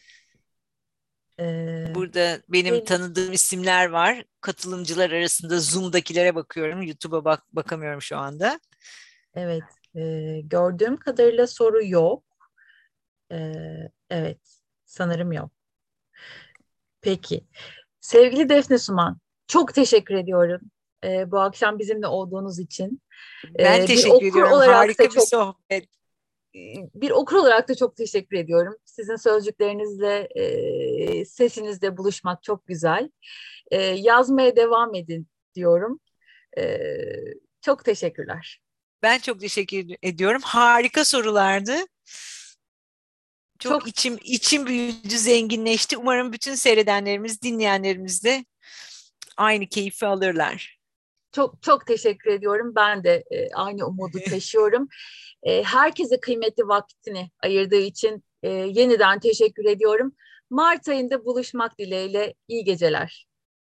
Ee, Burada benim henüz, tanıdığım isimler var. Katılımcılar arasında Zoom'dakilere bakıyorum. YouTube'a bak bakamıyorum şu anda. evet, e, gördüğüm kadarıyla soru yok. Ee, evet, sanırım yok. Peki, sevgili Defne Suman, çok teşekkür ediyorum e, bu akşam bizimle olduğunuz için. Ben E, bir teşekkür okur ediyorum. olarak da Harika bir çok sohbet. bir okur olarak da çok teşekkür ediyorum. Sizin sözcüklerinizle, e, sesinizle buluşmak çok güzel. E, yazmaya devam edin diyorum. E, Çok teşekkürler. Ben çok teşekkür ediyorum. Harika sorulardı. Çok Çok içim içim büyüdü, zenginleşti. Umarım bütün seyredenlerimiz, dinleyenlerimiz de aynı keyfi alırlar. çok çok teşekkür ediyorum. Ben de e, aynı umudu taşıyorum. E, herkese kıymetli vaktini ayırdığı için e, yeniden teşekkür ediyorum. Mart ayında buluşmak dileğiyle iyi geceler.